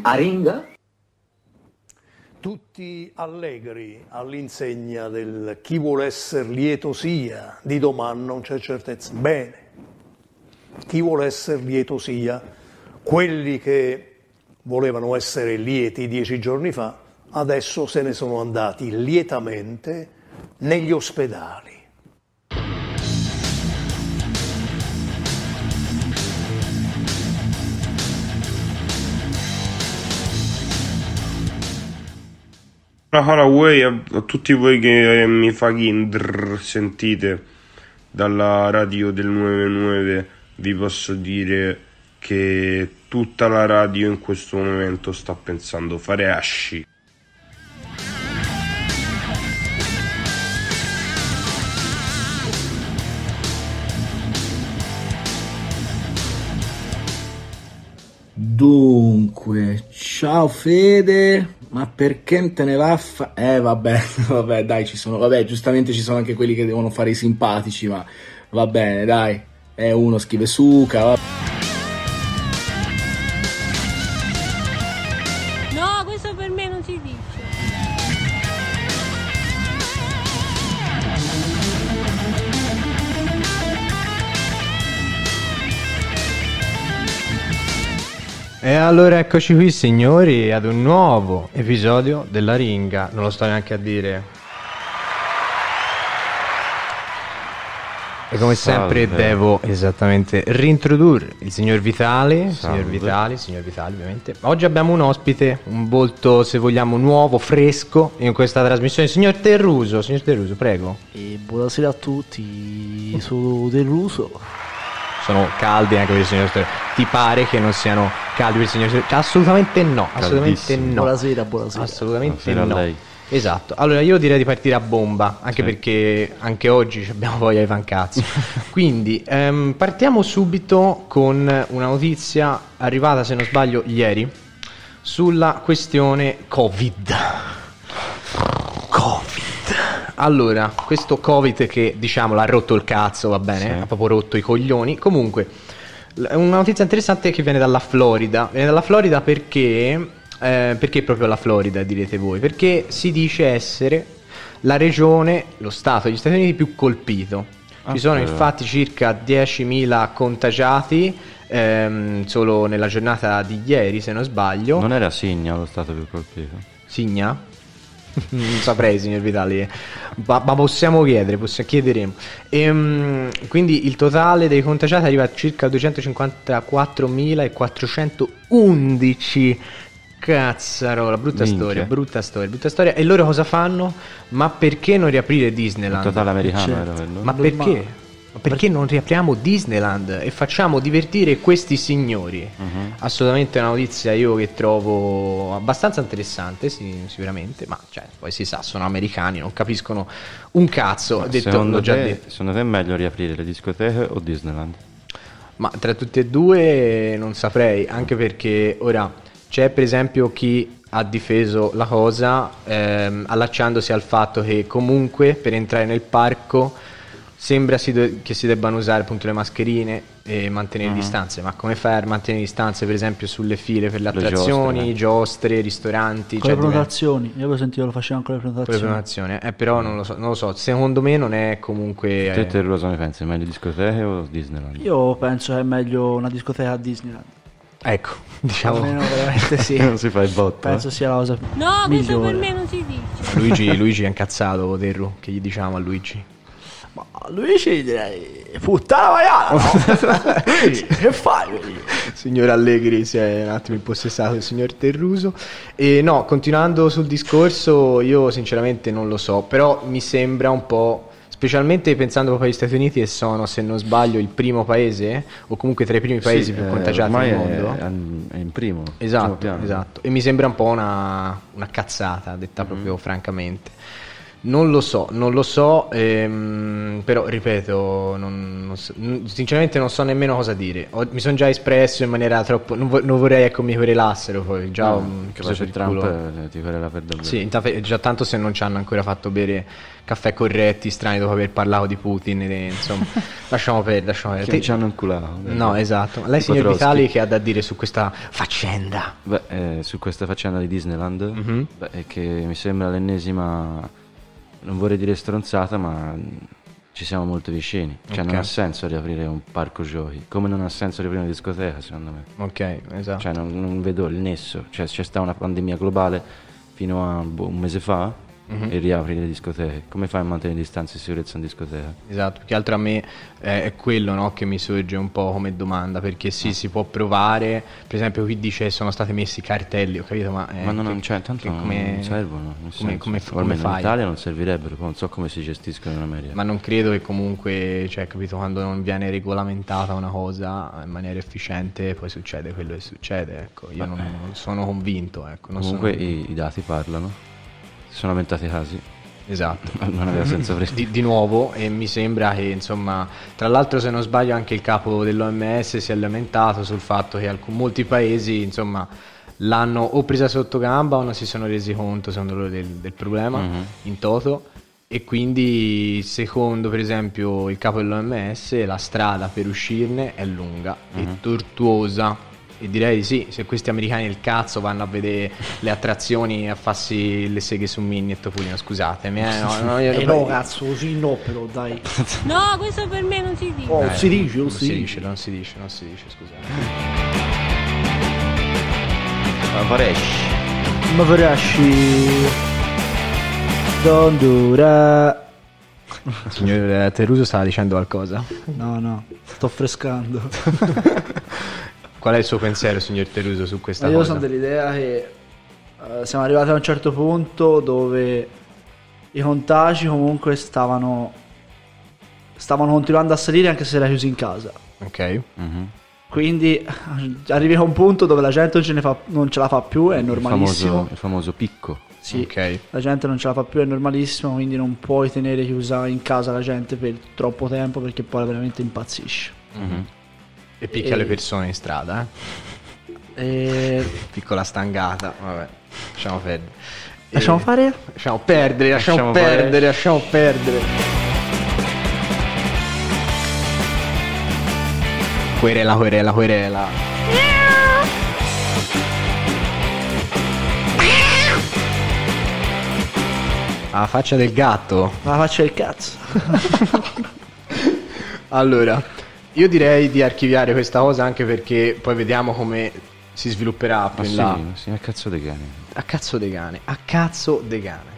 Aringa? Tutti allegri all'insegna del chi vuole essere lieto sia, di domani non c'è certezza. Bene, chi vuole essere lieto sia, quelli che volevano essere lieti 10 giorni fa, adesso se ne sono andati lietamente negli ospedali. Haraway, a tutti voi che mi sentite dalla radio del 99, vi posso dire che tutta la radio in questo momento sta pensando fare asci. Dunque, ciao Fede, ma perché te ne va a vabbè, dai, giustamente ci sono anche quelli che devono fare i simpatici, ma va bene, dai, uno scrive Suca, va. No, questo per me non si dice. E allora eccoci qui signori ad un nuovo episodio della Ringa, non lo sto neanche a dire. E come sempre devo esattamente reintrodurre il signor Vitali, signor Vitali ovviamente. Oggi abbiamo un ospite, un volto se vogliamo nuovo, fresco in questa trasmissione, signor Terruso, prego. E buonasera a tutti, sono Terruso. Sono caldi anche per il signor Terruso. Ti pare che non siano caldi per il signor Terruso? Assolutamente no, assolutamente no. Buonasera. Assolutamente buonasera no. A lei. Esatto, allora io direi di partire a bomba, anche perché anche oggi abbiamo voglia di fancazzo. Quindi partiamo subito con una notizia arrivata, se non sbaglio, ieri, sulla questione Covid. Allora, questo Covid che diciamo l'ha rotto il cazzo, va bene, Sì. ha proprio rotto i coglioni. Comunque, una notizia interessante che viene dalla Florida. Viene dalla Florida perché proprio la Florida, direte voi? Perché si dice essere la regione, lo stato degli Stati Uniti più colpito. Ci sono infatti circa 10.000 contagiati solo nella giornata di ieri, se non sbaglio. Non era Signa lo stato più colpito? Signa? Non saprei, signor Vitali, ma possiamo chiederemo. Quindi il totale dei contagiati arriva a circa 254.411. Cazzarola, brutta storia. E loro cosa fanno? Ma perché non riaprire Disneyland? Il totale americano era quello. Ma perché? Ma perché non riapriamo Disneyland e facciamo divertire questi signori? Assolutamente una notizia io che trovo abbastanza interessante, sì, sicuramente, ma poi si sa, sono americani, non capiscono un cazzo. Secondo te è meglio riaprire le discoteche o Disneyland? Ma tra tutti e due non saprei, anche perché ora c'è per esempio chi ha difeso la cosa allacciandosi al fatto che comunque per entrare nel parco sembra che si debbano usare appunto le mascherine e mantenere distanze, ma come fai a mantenere distanze per esempio sulle file per le attrazioni, giostre, ristoranti? Con le prenotazioni, io avevo sentito lo facevano con le prenotazioni. Però non lo so, secondo me non è comunque... Te cosa ne pensi? È meglio discoteche o Disneyland? Io penso che è meglio una discoteca a Disneyland. Ecco, diciamo... Almeno veramente sì. Non si fa il botto. Penso sia la cosa No, questo migliore. per me non si dice. Luigi è incazzato, Terru, che gli diciamo a Luigi? Ma Luigi direi puttana vaiana, no? Che fai? Signor Allegri si è un attimo impossessato il signor Terruso. E no, continuando sul discorso, io sinceramente non lo so, però mi sembra un po', specialmente pensando proprio agli Stati Uniti, che sono, se non sbaglio, il primo paese o comunque tra i primi paesi più contagiati al mondo. È in primo. Esatto. E mi sembra un po' una cazzata, detta proprio francamente. Non lo so, però ripeto, sinceramente non so nemmeno cosa dire. Mi sono già espresso in maniera troppo. Non vorrei mi querelassero poi. Già che faccio Trump ti querela per davvero. Sì, già tanto se non ci hanno ancora fatto bere caffè corretti, strani dopo aver parlato di Putin. Insomma, lasciamo perdere. Che non ci hanno inculato. No, esatto. Lei, signor Vitali, che ha da dire su questa faccenda? Su questa faccenda di Disneyland, è che mi sembra l'ennesima. Non vorrei dire stronzata, ma ci siamo molto vicini. Cioè non ha senso riaprire un parco giochi, come non ha senso riaprire una discoteca, secondo me. Ok, esatto. Cioè non vedo il nesso. Cioè c'è stata una pandemia globale fino a un mese fa e riapri le discoteche. Come fai a mantenere distanze di sicurezza in discoteca? Esatto, perché altro a me è quello, no, che mi sorge un po' come domanda, perché sì, si può provare, per esempio qui dice sono stati messi cartelli, ho capito, ma non servono, come almeno fai? In Italia non servirebbero, poi non so come si gestiscono in America. Ma non credo che comunque, cioè, capito, quando non viene regolamentata una cosa in maniera efficiente poi succede quello che succede, ecco. Io non sono convinto, ecco. Comunque i dati parlano. Sono aumentati casi. Esatto. Non aveva senso di nuovo, e mi sembra che, insomma, tra l'altro, se non sbaglio, anche il capo dell'OMS si è lamentato sul fatto che molti paesi, insomma, l'hanno o presa sotto gamba o non si sono resi conto, secondo loro, del problema in toto, e quindi, secondo per esempio il capo dell'OMS, la strada per uscirne è lunga e tortuosa. E direi di sì, se questi americani del cazzo vanno a vedere le attrazioni, a farsi le seghe su Minnie e Topolino, scusatemi, no, cazzo, così no, però dai. No, questo per me non si dice. Non si dice, non si dice, scusate. Ma Varesci Dondura. Signor Teruso stava dicendo qualcosa? No, sto frescando. Qual è il suo pensiero, signor Teruso, su questa cosa? Io sono dell'idea che siamo arrivati a un certo punto dove i contagi comunque stavano continuando a salire anche se era chiusi in casa. Ok. Quindi arrivi a un punto dove la gente non ce la fa più, è normalissimo. Il famoso picco. Sì, okay. La gente non ce la fa più, è normalissimo, quindi non puoi tenere chiusa in casa la gente per troppo tempo perché poi veramente impazzisce. E picchia le persone in strada, piccola stangata, vabbè, lasciamo perdere. Lasciamo perdere. Querela. La faccia del gatto. La faccia del cazzo. Allora, io direi di archiviare questa cosa, anche perché poi vediamo come si svilupperà più in là. Sì, a cazzo dei cani. A cazzo dei cani.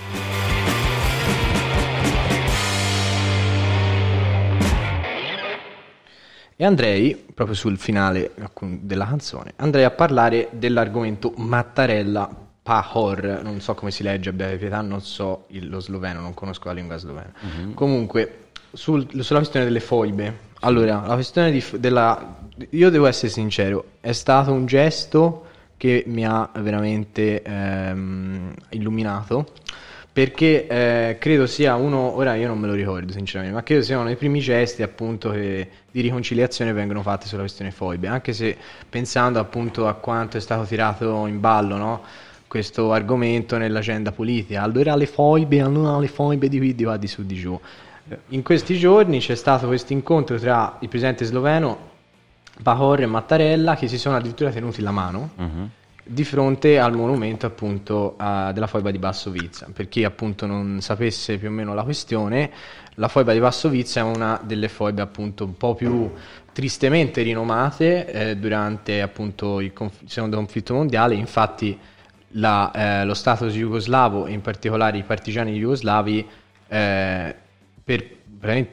E andrei, proprio sul finale della canzone, andrei a parlare dell'argomento Mattarella Pahor, non so come si legge, abbiate pietà, non so lo sloveno, non conosco la lingua slovena. Comunque, sulla questione delle foibe. Allora, la questione io devo essere sincero, è stato un gesto che mi ha veramente illuminato, perché credo sia ora io non me lo ricordo sinceramente, ma credo sia uno dei primi gesti appunto di riconciliazione vengono fatti sulla questione foibe, anche se pensando appunto a quanto è stato tirato in ballo, no? Questo argomento nell'agenda politica, allora le foibe di qui, di qua, di su, di giù. In questi giorni c'è stato questo incontro tra il presidente sloveno Pahor e Mattarella, che si sono addirittura tenuti la mano di fronte al monumento appunto della foiba di Bassovizza. Per chi appunto non sapesse più o meno la questione, la foiba di Bassovizza è una delle foibe appunto un po' più tristemente rinomate durante appunto il secondo conflitto mondiale. Infatti lo Stato jugoslavo, e in particolare i partigiani jugoslavi, per veramente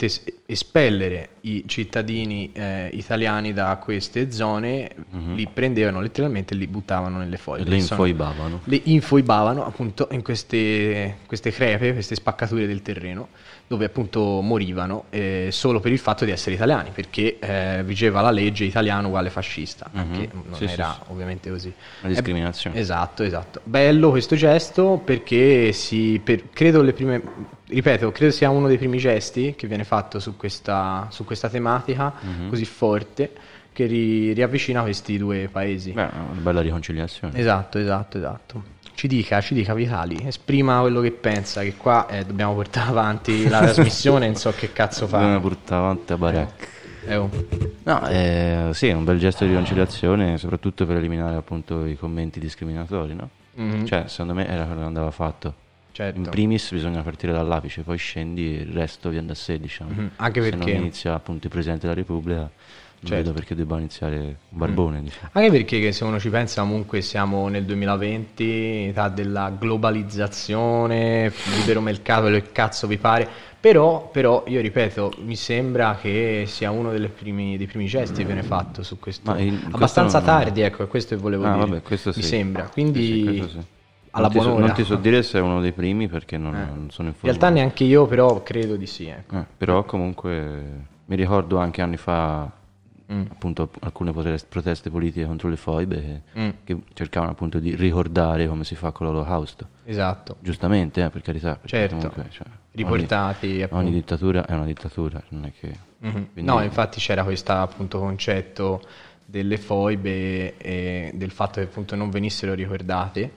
espellere i cittadini italiani da queste zone, li prendevano letteralmente e li buttavano nelle foibe. Le infoibavano appunto in queste crepe, queste spaccature del terreno, dove appunto morivano solo per il fatto di essere italiani, perché vigeva la legge italiano uguale fascista, che non era ovviamente così. Una discriminazione. Esatto. Bello questo gesto, perché credo sia uno dei primi gesti che viene fatto su questa tematica così forte, che riavvicina questi due paesi. Beh, una bella riconciliazione. Esatto. Ci dica Vitali, esprima quello che pensa, che qua dobbiamo portare avanti la trasmissione, non so che cazzo fa. Dobbiamo portare avanti a Barak. No, sì, è un bel gesto di riconciliazione, soprattutto per eliminare appunto i commenti discriminatori, no? Cioè, secondo me era quello che andava fatto. Certo. In primis bisogna partire dall'apice, poi scendi, il resto viene da sé, diciamo. Anche perché se non inizia appunto il Presidente della Repubblica, non vedo perché debba iniziare un barbone, diciamo. Anche perché se uno ci pensa, comunque siamo nel 2020, età della globalizzazione, libero mercato, quello che cazzo vi pare. Però io ripeto, mi sembra che sia uno dei primi gesti che viene fatto su questo. Abbastanza tardi, ecco, è questo che volevo dire. Vabbè, questo sì. Mi sembra, quindi sì. alla buon'ora. Non ti so dire se è uno dei primi, perché non sono informato. In realtà neanche io, però credo di sì, ecco. Però comunque mi ricordo anche anni fa appunto alcune proteste politiche contro le foibe che cercavano appunto di ricordare come si fa con l'Olocausto. Esatto. Giustamente, per carità, perché certo. comunque, Riportati ogni dittatura è una dittatura, non è che quindi... No, infatti c'era questo appunto concetto delle foibe e del fatto che appunto non venissero ricordate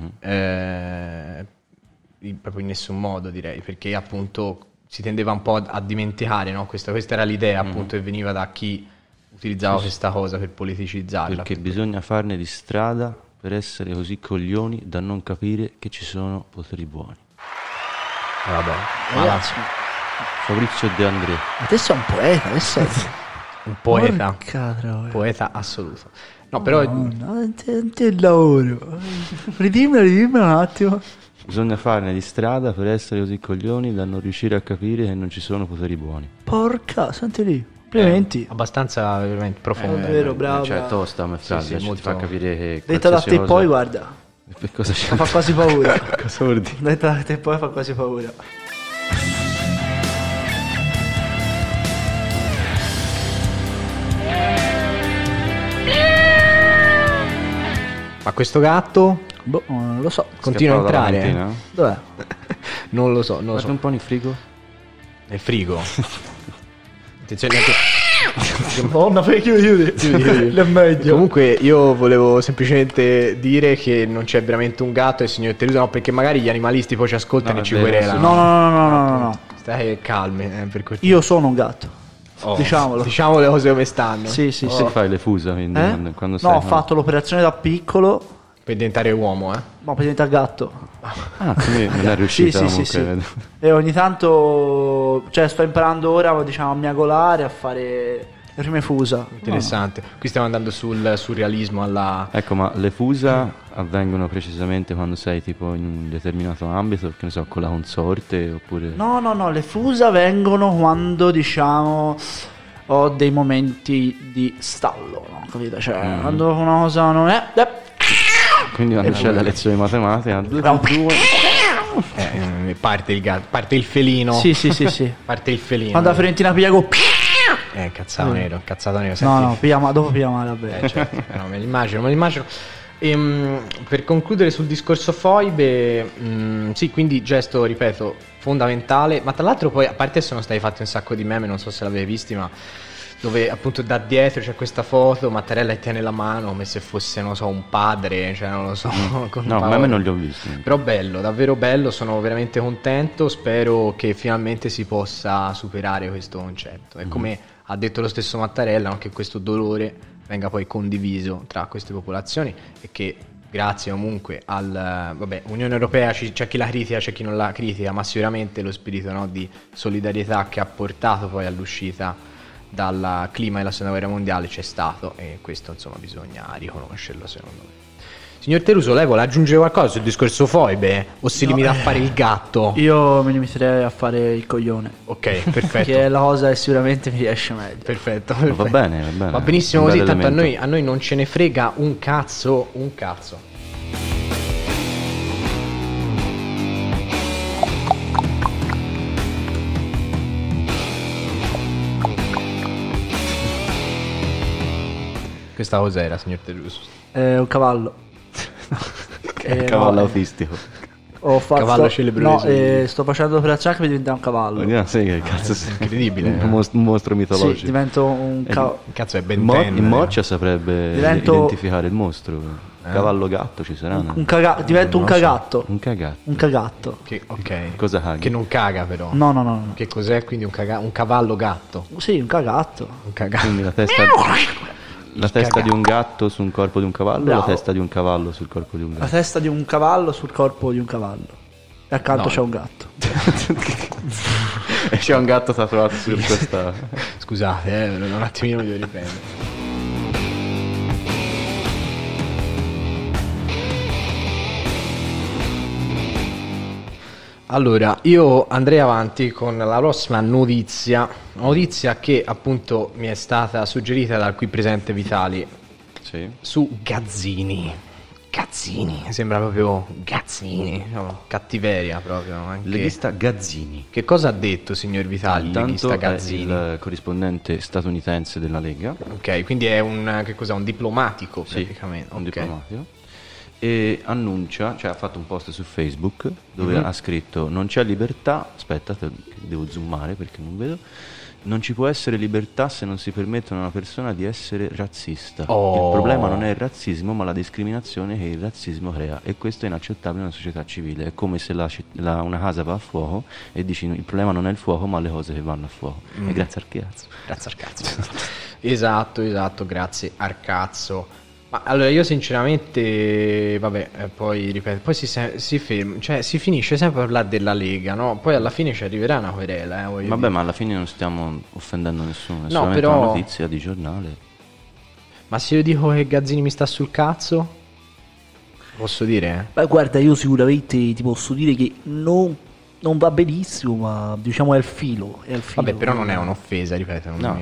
proprio in nessun modo, direi, perché appunto si tendeva un po' a dimenticare, no? Questa era l'idea appunto che veniva da chi utilizzava questa cosa per politicizzarla. Perché bisogna farne di strada per essere così coglioni da non capire che ci sono poteri buoni. Vabbè, ragazzi, Fabrizio De André. ma te sei un poeta, adesso un poeta. Porca troia. Poeta assoluto. No, però non c'è il lavoro. Ridimmelo un attimo. Bisogna farne di strada per essere così coglioni da non riuscire a capire che non ci sono poteri buoni. Porca, senti lì. Complimenti. Abbastanza veramente profondo. È vero, bravo. Cioè, tosta come frase, molto... ti fa capire che detta da te cosa... poi, guarda. Per cosa c'è? Fa quasi paura. Cosa vuol dire? Detta da te poi fa quasi paura. Ma questo gatto? Boh, non lo so. Continua a entrare. Dov'è? Non lo so. Guarda un po' nel frigo. Nel frigo? Attenzione Madonna, fai chiudi. È meglio. Comunque io volevo semplicemente dire che non c'è veramente un gatto e il signor Teruto, no, perché magari gli animalisti poi ci ascoltano e ci querelano. No. Stai calmi, per cortesia. Io sono un gatto. Diciamolo. Diciamo le cose come stanno. Sì. Se fai le fusa, quindi quando No, ho fatto l'operazione da piccolo. Per diventare uomo, No, per diventare gatto. Quindi non è riuscita Sì. comunque. E ogni tanto, cioè, sto imparando ora, diciamo, a miagolare, a fare le prime fusa. Interessante. Qui stiamo andando sul surrealismo alla... Ecco, ma le fusa avvengono precisamente quando sei tipo in un determinato ambito, che ne so, con la consorte oppure... No, le fusa vengono quando, diciamo, ho dei momenti di stallo, no? Capito? Cioè, quando una cosa non è... Quindi quando c'è la lezione di matematica 2 più 2 parte il gatto, parte il felino. Sì. Parte il felino. Quando la Fiorentina piglia con... Cazzato nero. Senti. No, dopo piglia male, vabbè. Certo. No, me l'immagino. Per concludere sul discorso foibe, sì, quindi gesto, ripeto, fondamentale, ma tra l'altro poi, a parte sono stati fatti un sacco di meme, non so se l'avete visti, ma dove appunto da dietro c'è questa foto, Mattarella e tiene la mano come se fosse, non so, un padre, cioè non lo so. No, ma a me non li ho visti. Però bello, davvero bello, sono veramente contento, spero che finalmente si possa superare questo concetto. E come ha detto lo stesso Mattarella, no, che questo dolore venga poi condiviso tra queste popolazioni e che grazie comunque al Unione Europea c'è chi la critica, c'è chi non la critica, ma sicuramente lo spirito, no, di solidarietà che ha portato poi all'uscita dal clima della seconda guerra mondiale c'è stato, e questo insomma bisogna riconoscerlo, secondo me. Signor Teruso, lei vuole aggiungere qualcosa sul discorso foibe? O si limita a fare il gatto? Io mi limiterei a fare il coglione. Ok, perfetto. Che è la cosa che sicuramente mi riesce meglio. Perfetto. Va bene. Va benissimo Un così, bel tanto elemento. a noi non ce ne frega un cazzo. Questa cos'era, signor Teruso? Un cavallo. Cavallo no, autistico. Cavallo celebre No, dei- sto facendo per acciacca per diventare un cavallo. Sai che cazzo sei? Incredibile. Un mostro mitologico. Sì, divento un cavallo. Cazzo, è Ben In 10. Moccia saprebbe Divento- identificare il mostro. Cavallo gatto ci saranno. Divento un Non lo so. cagatto. Un cagatto. Un cagatto. Ok. Cosa caghi? Che non caga però. No. Che cos'è quindi un cavallo gatto? Sì, un cagatto. Un cagato. Quindi la testa di un gatto su un corpo di un cavallo o Bravo. la testa di un cavallo sul corpo di un La gatto? testa di un cavallo sul corpo di un cavallo. E accanto No. c'è un gatto. E c'è un gatto tatuato su questa... Scusate, un attimino mi devo riprendere. Allora, io andrei avanti con la prossima notizia, una notizia che appunto mi è stata suggerita dal qui presente Vitali Sì. su Gazzini. Gazzini, sembra proprio Gazzini, diciamo, cattiveria proprio. Anche. Leghista Gazzini. Che cosa ha detto, signor Vitali, Intanto leghista è Gazzini? il corrispondente statunitense della Lega. Ok, quindi è che cos'è? Un diplomatico Sì, praticamente. un ok. diplomatico. E annuncia, cioè ha fatto un post su Facebook dove ha scritto: non c'è libertà, aspetta, devo zoomare perché non vedo. Non ci può essere libertà se non si permette a una persona di essere razzista. Oh. Il problema non è il razzismo, ma la discriminazione che il razzismo crea. E questo è inaccettabile in una società civile. È come se una casa va a fuoco e dici: il problema non è il fuoco, ma le cose che vanno a fuoco. E grazie al cazzo. Grazie al cazzo. esatto, grazie al cazzo. Ma allora io sinceramente, vabbè, poi ripeto, poi si ferma, cioè si finisce sempre a parlare della Lega, no? Poi alla fine ci arriverà una querela, voglio Vabbè, dire. ma alla fine non stiamo offendendo nessuno, è No, solamente però- una notizia di giornale. Ma se io dico che Gazzini mi sta sul cazzo, posso dire? Beh, guarda, io sicuramente ti posso dire che non va benissimo, ma diciamo è al filo. Vabbè, però non è un'offesa, ripeto. No,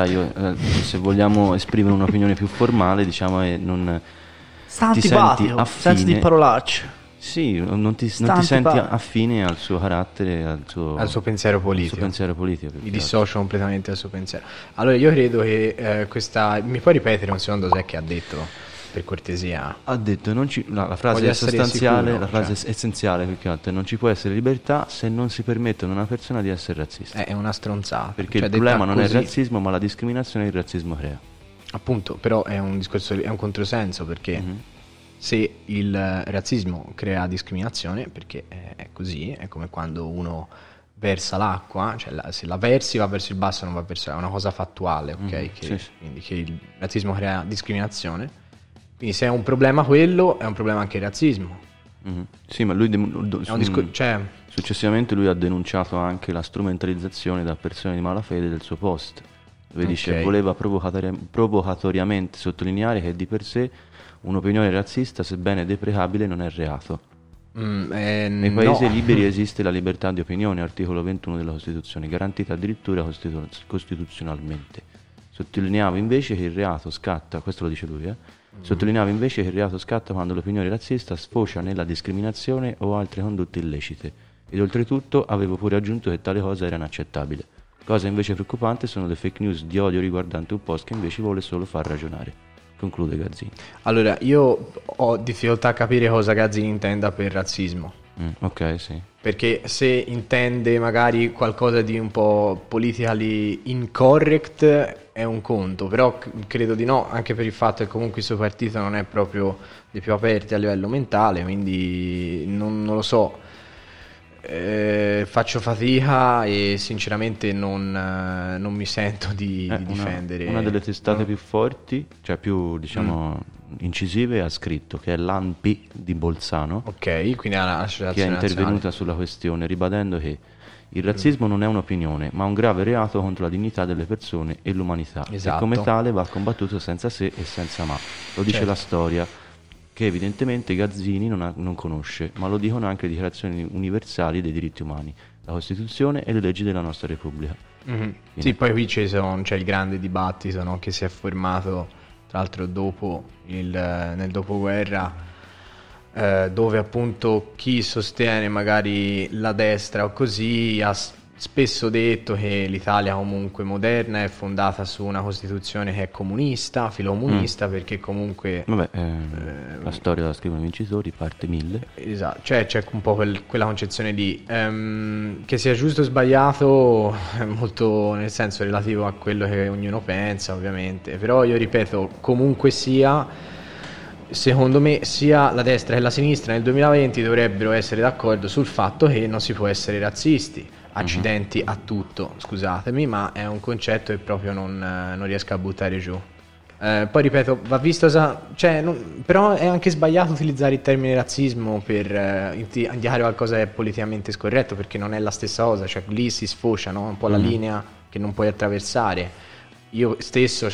se vogliamo esprimere un'opinione più formale, diciamo, non Sta ti senti antipatico, affine. senza di parolacce. Sì, non ti Sta senti antipatico. affine al suo carattere, al suo pensiero al politico. suo pensiero politico. più Mi che dissocio completamente dal suo pensiero. Allora, io credo che questa. Mi puoi ripetere un secondo se che ha detto? Per cortesia. altro. Ha detto la frase Voglio è essere sostanziale, sicuro, la frase cioè. è essenziale più che altro, non ci può essere libertà se non si permette a una persona di essere razzista. È una stronzata. Perché Cioè, il problema detta non è il così, razzismo, ma la discriminazione che il razzismo crea. Appunto, però è un discorso, è un controsenso perché Mhm. se il razzismo crea discriminazione, perché è così, è come quando uno versa l'acqua, cioè se la versi va verso il basso, non va verso è una cosa fattuale, ok? sì, sì. Quindi che il razzismo crea discriminazione. Quindi se è un problema quello, è un problema anche il razzismo. Mhm. Sì, ma lui È un cioè, successivamente lui ha denunciato anche la strumentalizzazione da persone di malafede del suo post, dove dice Ok. voleva provocatoriamente sottolineare che di per sé un'opinione razzista, sebbene deprecabile, non è reato. Nei paesi liberi esiste la libertà di opinione, articolo 21 della Costituzione, garantita addirittura costituzionalmente. Sottolineava invece che il reato scatta, questo lo dice lui, sottolineava invece che il reato scatta quando l'opinione razzista sfocia nella discriminazione o altre condotte illecite. Ed oltretutto avevo pure aggiunto che tale cosa era inaccettabile. Cosa invece preoccupante sono le fake news di odio riguardante un post che invece vuole solo far ragionare. Conclude Gazzini. allora, io ho difficoltà a capire cosa Gazzini intenda per razzismo. Ok, sì. Perché se intende magari qualcosa di un po' politically incorrect è un conto, però credo di no, anche per il fatto che comunque il suo partito non è proprio dei più aperti a livello mentale, quindi non lo so. Faccio fatica e sinceramente non mi sento di difendere. Una delle testate più forti, cioè più diciamo incisive, ha scritto che è l'ANPI di Bolzano, Ok, quindi alla che è associazione intervenuta sulla questione ribadendo che il razzismo non è un'opinione, ma un grave reato contro la dignità delle persone e l'umanità. Esatto. E come tale va combattuto senza se e senza ma. Lo dice Certo. la storia. che evidentemente Gazzini non conosce, ma lo dicono anche le dichiarazioni universali dei diritti umani, la Costituzione e le leggi della nostra Repubblica. Sì, poi qui c'è il grande dibattito, no, che si è formato tra l'altro dopo nel dopoguerra, dove appunto chi sostiene magari la destra o così ha spesso detto che l'Italia comunque moderna è fondata su una Costituzione che è comunista, filocomunista, perché comunque... la storia la scrivono i vincitori, parte 1000. Esatto, c'è un po' quella concezione lì. Che sia giusto o sbagliato è molto, nel senso, relativo a quello che ognuno pensa, ovviamente. Però io ripeto, comunque sia, secondo me sia la destra che la sinistra nel 2020 dovrebbero essere d'accordo sul fatto che non si può essere razzisti. Accidenti a tutto, scusatemi, ma è un concetto che proprio non riesco a buttare giù. Poi ripeto, va visto, però è anche sbagliato utilizzare il termine razzismo per indicare qualcosa che è politicamente scorretto, perché non è la stessa cosa, cioè lì si sfocia, no? Un po' la linea che non puoi attraversare. Io stesso,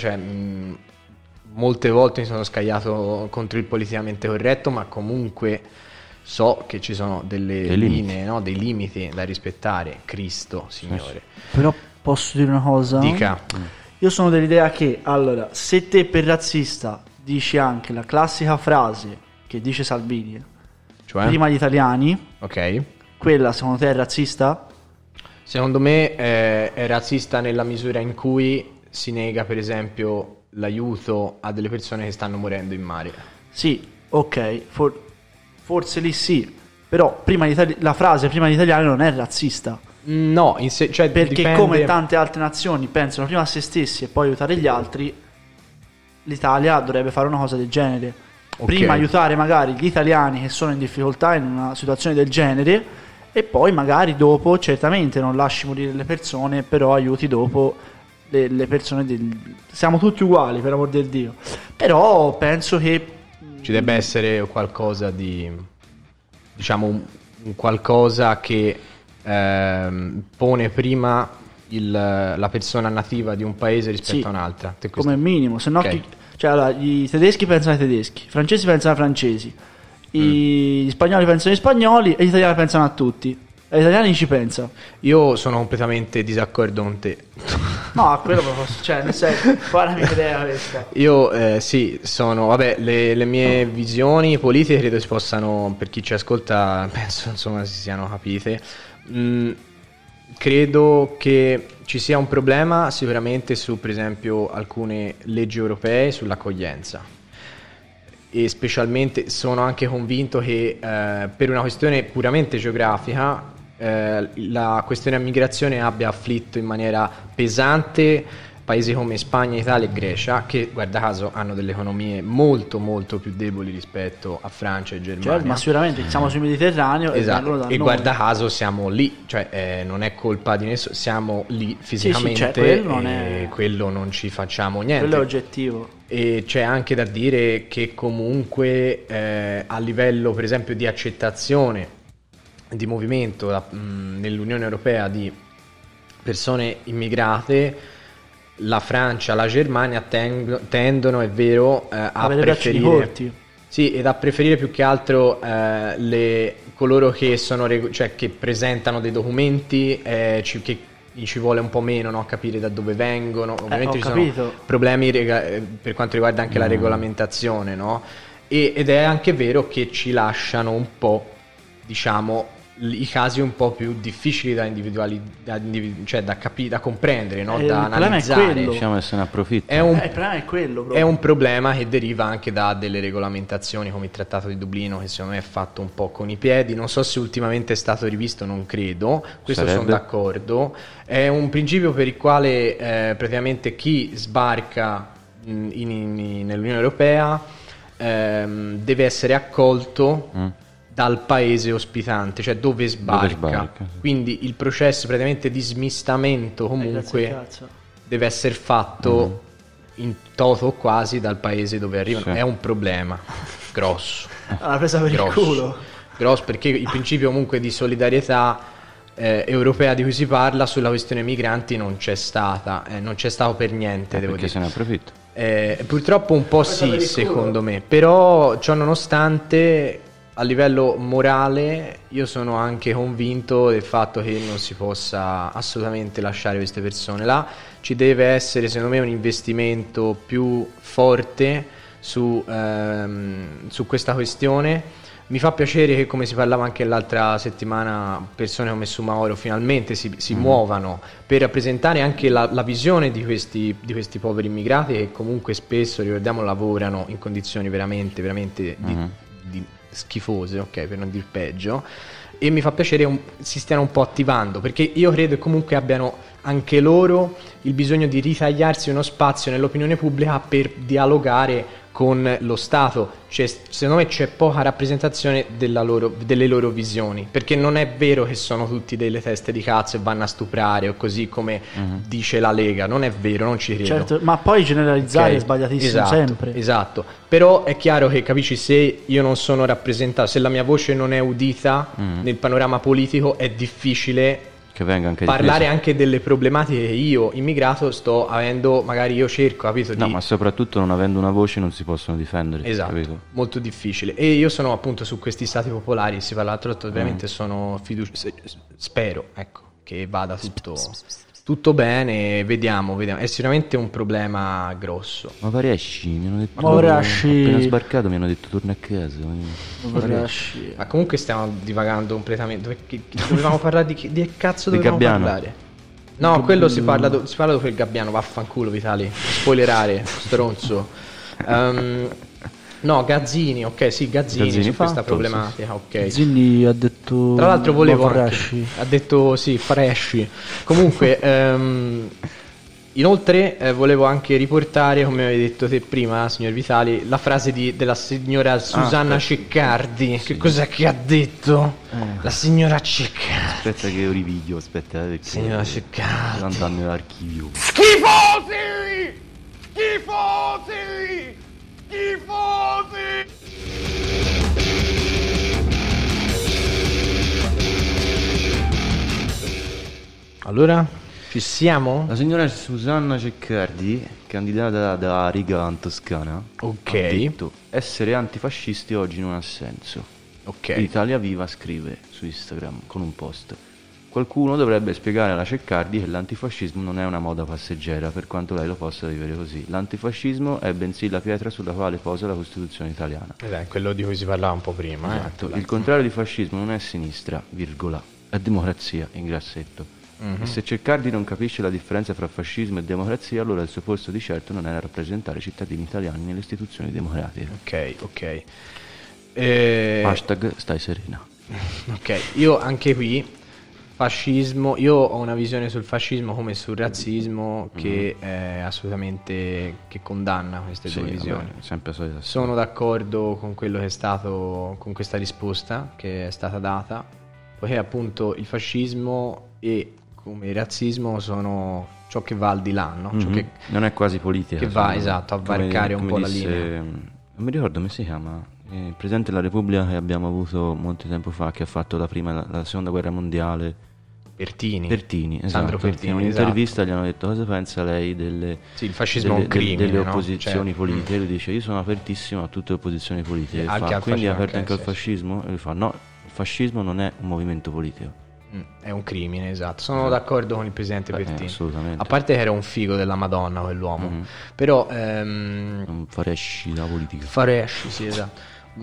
molte volte mi sono scagliato contro il politicamente corretto, ma comunque so che ci sono delle linee, no? Dei limiti da rispettare. Cristo, Signore. Però posso dire una cosa? Dica. Io sono dell'idea che, allora, se te per razzista dici anche la classica frase che dice Salvini, cioè? Prima gli italiani, Ok. quella secondo te è razzista? Secondo me è razzista nella misura in cui si nega, per esempio, l'aiuto a delle persone che stanno morendo in mare. Sì, ok, forse lì sì, però la frase prima gli italiani non è razzista. No, perché dipende... come tante altre nazioni pensano prima a se stessi e poi aiutare gli altri, l'Italia dovrebbe fare una cosa del genere. Prima aiutare magari gli italiani che sono in difficoltà in una situazione del genere, e poi magari dopo, certamente non lasci morire le persone, però aiuti dopo le persone siamo tutti uguali, per amor del Dio. Però penso che ci debba essere qualcosa di, diciamo, un qualcosa che pone prima la persona nativa di un paese rispetto a un'altra. Come minimo, se no allora, i tedeschi pensano ai tedeschi, i francesi pensano ai francesi, gli spagnoli pensano agli spagnoli e gli italiani pensano a tutti. E gli italiani ci pensano. Io sono completamente disaccordo con te. No, a quello proprio, nel senso, qual è la mia idea questa? Io sì, vabbè, le mie visioni politiche credo si possano, per chi ci ascolta, penso insomma si siano capite. Credo che ci sia un problema sicuramente su, per esempio, alcune leggi europee sull'accoglienza, e specialmente sono anche convinto che per una questione puramente geografica la questione immigrazione abbia afflitto in maniera pesante paesi come Spagna, Italia e Grecia, che guarda caso hanno delle economie molto molto più deboli rispetto a Francia e Germania. Certo, ma sicuramente siamo sul Mediterraneo, esatto, e guarda caso siamo lì, cioè non è colpa di nessuno, siamo lì fisicamente, quello non ci facciamo niente. Quello è oggettivo. E c'è anche da dire che comunque a livello, per esempio, di accettazione di movimento nell'Unione Europea di persone immigrate, la Francia, la Germania tendono, è vero, a preferire, sì, ed a preferire più che altro coloro che sono che presentano dei documenti che ci vuole un po' meno, no, a capire da dove vengono. Ovviamente ci sono problemi per quanto riguarda anche la regolamentazione, no? Ed è anche vero che ci lasciano un po', diciamo, i casi un po' più difficili da cioè da capire, da comprendere, no? Da analizzare. Diciamo che se ne approfitta. Il problema è quello, è un problema che deriva anche da delle regolamentazioni come il Trattato di Dublino, che secondo me è fatto un po' con i piedi. Non so se ultimamente è stato rivisto, non credo, questo sono d'accordo. È un principio per il quale praticamente chi sbarca nell'Unione Europea deve essere accolto dal paese ospitante, cioè dove sbarca. Sì. Quindi il processo praticamente di smistamento comunque deve essere fatto in toto quasi dal paese dove arrivano. Sì. È un problema grosso. L'ha presa per il culo. Grosso, perché il principio comunque di solidarietà europea di cui si parla sulla questione migranti non c'è stato per niente, devo dire. Perché se ne approfitta. Purtroppo un po' sì, secondo me, però ciò nonostante a livello morale io sono anche convinto del fatto che non si possa assolutamente lasciare queste persone là. Ci deve essere secondo me un investimento più forte su questa questione. Mi fa piacere che, come si parlava anche l'altra settimana, persone come Sumaoro finalmente si muovano per rappresentare anche la visione di questi poveri immigrati che comunque spesso, ricordiamo, lavorano in condizioni veramente di schifose, ok, per non dir peggio. E mi fa piacere si stiano un po' attivando, perché io credo che comunque abbiano anche loro il bisogno di ritagliarsi uno spazio nell'opinione pubblica per dialogare con lo Stato. Secondo me c'è poca rappresentazione delle loro visioni, perché non è vero che sono tutti delle teste di cazzo e vanno a stuprare o così come dice la Lega, non è vero, non ci credo. Certo, ma poi generalizzare è sbagliatissimo, sempre. Esatto, però è chiaro che, capisci, se io non sono rappresentato, se la mia voce non è udita nel panorama politico, è difficile che venga anche parlare anche delle problematiche che io, immigrato, sto avendo, magari io cerco, capito? No, ma soprattutto non avendo una voce non si possono difendere. Esatto, capito? Molto difficile. E io sono appunto su questi stati popolari, si parla troppo, veramente sono spero, ecco, che vada tutto bene, vediamo. È sicuramente un problema grosso. Ma Varesci, mi hanno detto Varesci, appena sbarcato mi hanno detto torna a casa. Varesci. Ma comunque stiamo divagando completamente. Dovevamo parlare di che cazzo dovevamo parlare? No, quello si parla dopo il Gabbiano, vaffanculo Vitali, spoilerare, stronzo. No, Gazzini, ok, sì, Gazzini su questa problematica, ok. Gazzini ha detto... Tra l'altro volevo anche, ha detto, sì, Faresci. Comunque, inoltre volevo anche riportare, come avevi detto te prima, signor Vitali, la frase della signora Susanna Ceccardi. Sì. Che cos'è che ha detto? La signora Ceccardi. Aspetta che io riviglio, aspetta. Signora Ceccardi. Sto andando nell'archivio. Schifosi! Allora, ci siamo? La signora Susanna Ceccardi, candidata da Riga in Toscana, ok, ha detto: essere antifascisti oggi non ha senso. Ok. Italia Viva scrive su Instagram con un post: qualcuno dovrebbe spiegare alla Ceccardi che l'antifascismo non è una moda passeggera, per quanto lei lo possa vivere così. L'antifascismo è bensì la pietra sulla quale posa la Costituzione italiana. Quello di cui si parlava un po' prima. Esatto. Il contrario di fascismo non è sinistra, virgola, è democrazia, in grassetto. E se Ceccardi non capisce la differenza fra fascismo e democrazia, allora il suo posto di certo non è a rappresentare i cittadini italiani nelle istituzioni democratiche. Ok. Hashtag stai serena. Ok, io anche qui fascismo, io ho una visione sul fascismo come sul razzismo che è assolutamente, che condanna queste due visioni. Vabbè, sempre solita. Sono d'accordo con quello che è stato, con questa risposta che è stata data, poiché appunto il fascismo e come il razzismo sono ciò che va al di là, no? Ciò che non è quasi politica. Che va, esatto, a varcare un po' la linea. Non mi ricordo come si chiama. Il Presidente della Repubblica che abbiamo avuto molto tempo fa, che ha fatto la seconda guerra mondiale. Pertini, esatto. Sandro Pertini, in un'intervista gli hanno detto: cosa pensa lei il fascismo è un crimine, delle opposizioni politiche? Lui dice: io sono apertissimo a tutte le opposizioni politiche. Quindi è aperto anche al fascismo? E lui fa: no, il fascismo non è un movimento politico. È un crimine, esatto. Sono d'accordo con il presidente Pertini. Assolutamente. A parte che era un figo della Madonna quell'uomo, però un Faresci da politica. Faresci, sì, esatto.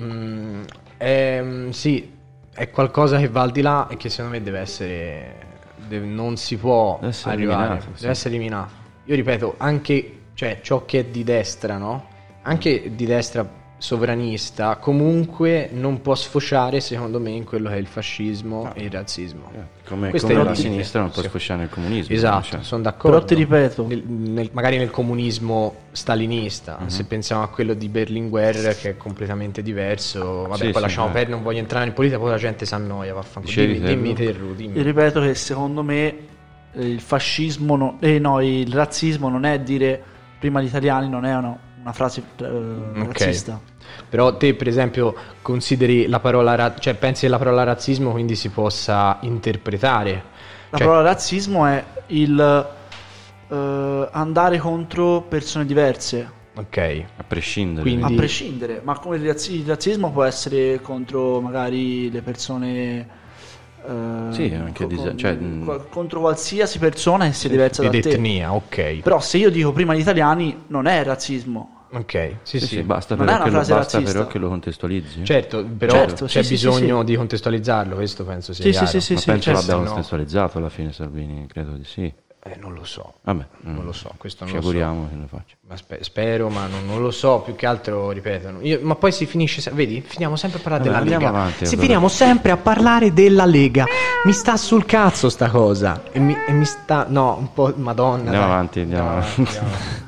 Sì, è qualcosa che va al di là e che secondo me deve essere, non si può arrivare, deve essere eliminato. Io ripeto, anche, cioè, ciò che è di destra, no? Anche di destra sovranista, comunque non può sfociare, secondo me, in quello che è il fascismo e il razzismo. Come la sinistra non può sfociare nel comunismo. Esatto, sono d'accordo. Però ti ripeto, magari nel comunismo stalinista, se pensiamo a quello di Berlinguer, che è completamente diverso, vabbè, poi lasciamo perdere, non voglio entrare in politica, poi la gente si annoia, vaffanculo. Dimmi Terru, dimmi. Io ripeto che secondo me il fascismo il razzismo non è dire prima gli italiani, non è una frase razzista. Però te, per esempio, consideri la parola cioè pensi che la parola razzismo quindi si possa interpretare? La parola razzismo è il andare contro persone diverse. Ok. A prescindere. Quindi- A prescindere, ma come il razzismo può essere magari le persone Sì, anche cioè, contro qualsiasi persona che sia diversa da Ed te. etnia, ok. Però se io dico prima gli italiani non è razzismo. Ok, sì, sì, sì. basta, Non però è una che, frase basta razzista. però che lo contestualizzi. Certo, però Certo, c'è sì, bisogno sì. di contestualizzarlo, questo penso sia Sì, chiaro. sì, sì, Ma sì, penso certo. l'abbia no. contestualizzato alla fine Salvini, credo di sì. Non lo so. Vabbè, Non lo so, questo non ci lo so. auguriamo che lo faccia. Ma spero, ma non lo so, più che altro ripetono. Ma poi si finisce, vedi, finiamo sempre a parlare Vabbè, della andiamo Lega. avanti, si allora. finiamo sempre a parlare della Lega. Mi sta sul cazzo sta cosa. E mi sta, no, un po', madonna. Andiamo dai. avanti, andiamo avanti. andiamo avanti.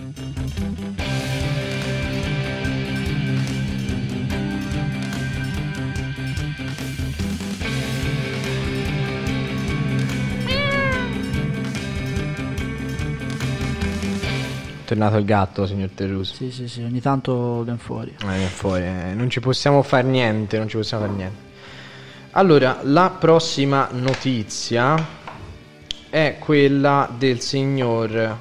È tornato il gatto, signor Terruso. Sì, sì, sì, ogni tanto viene fuori. Fuori, non ci possiamo fare niente, non ci possiamo fare niente. Allora, la prossima notizia è quella del signor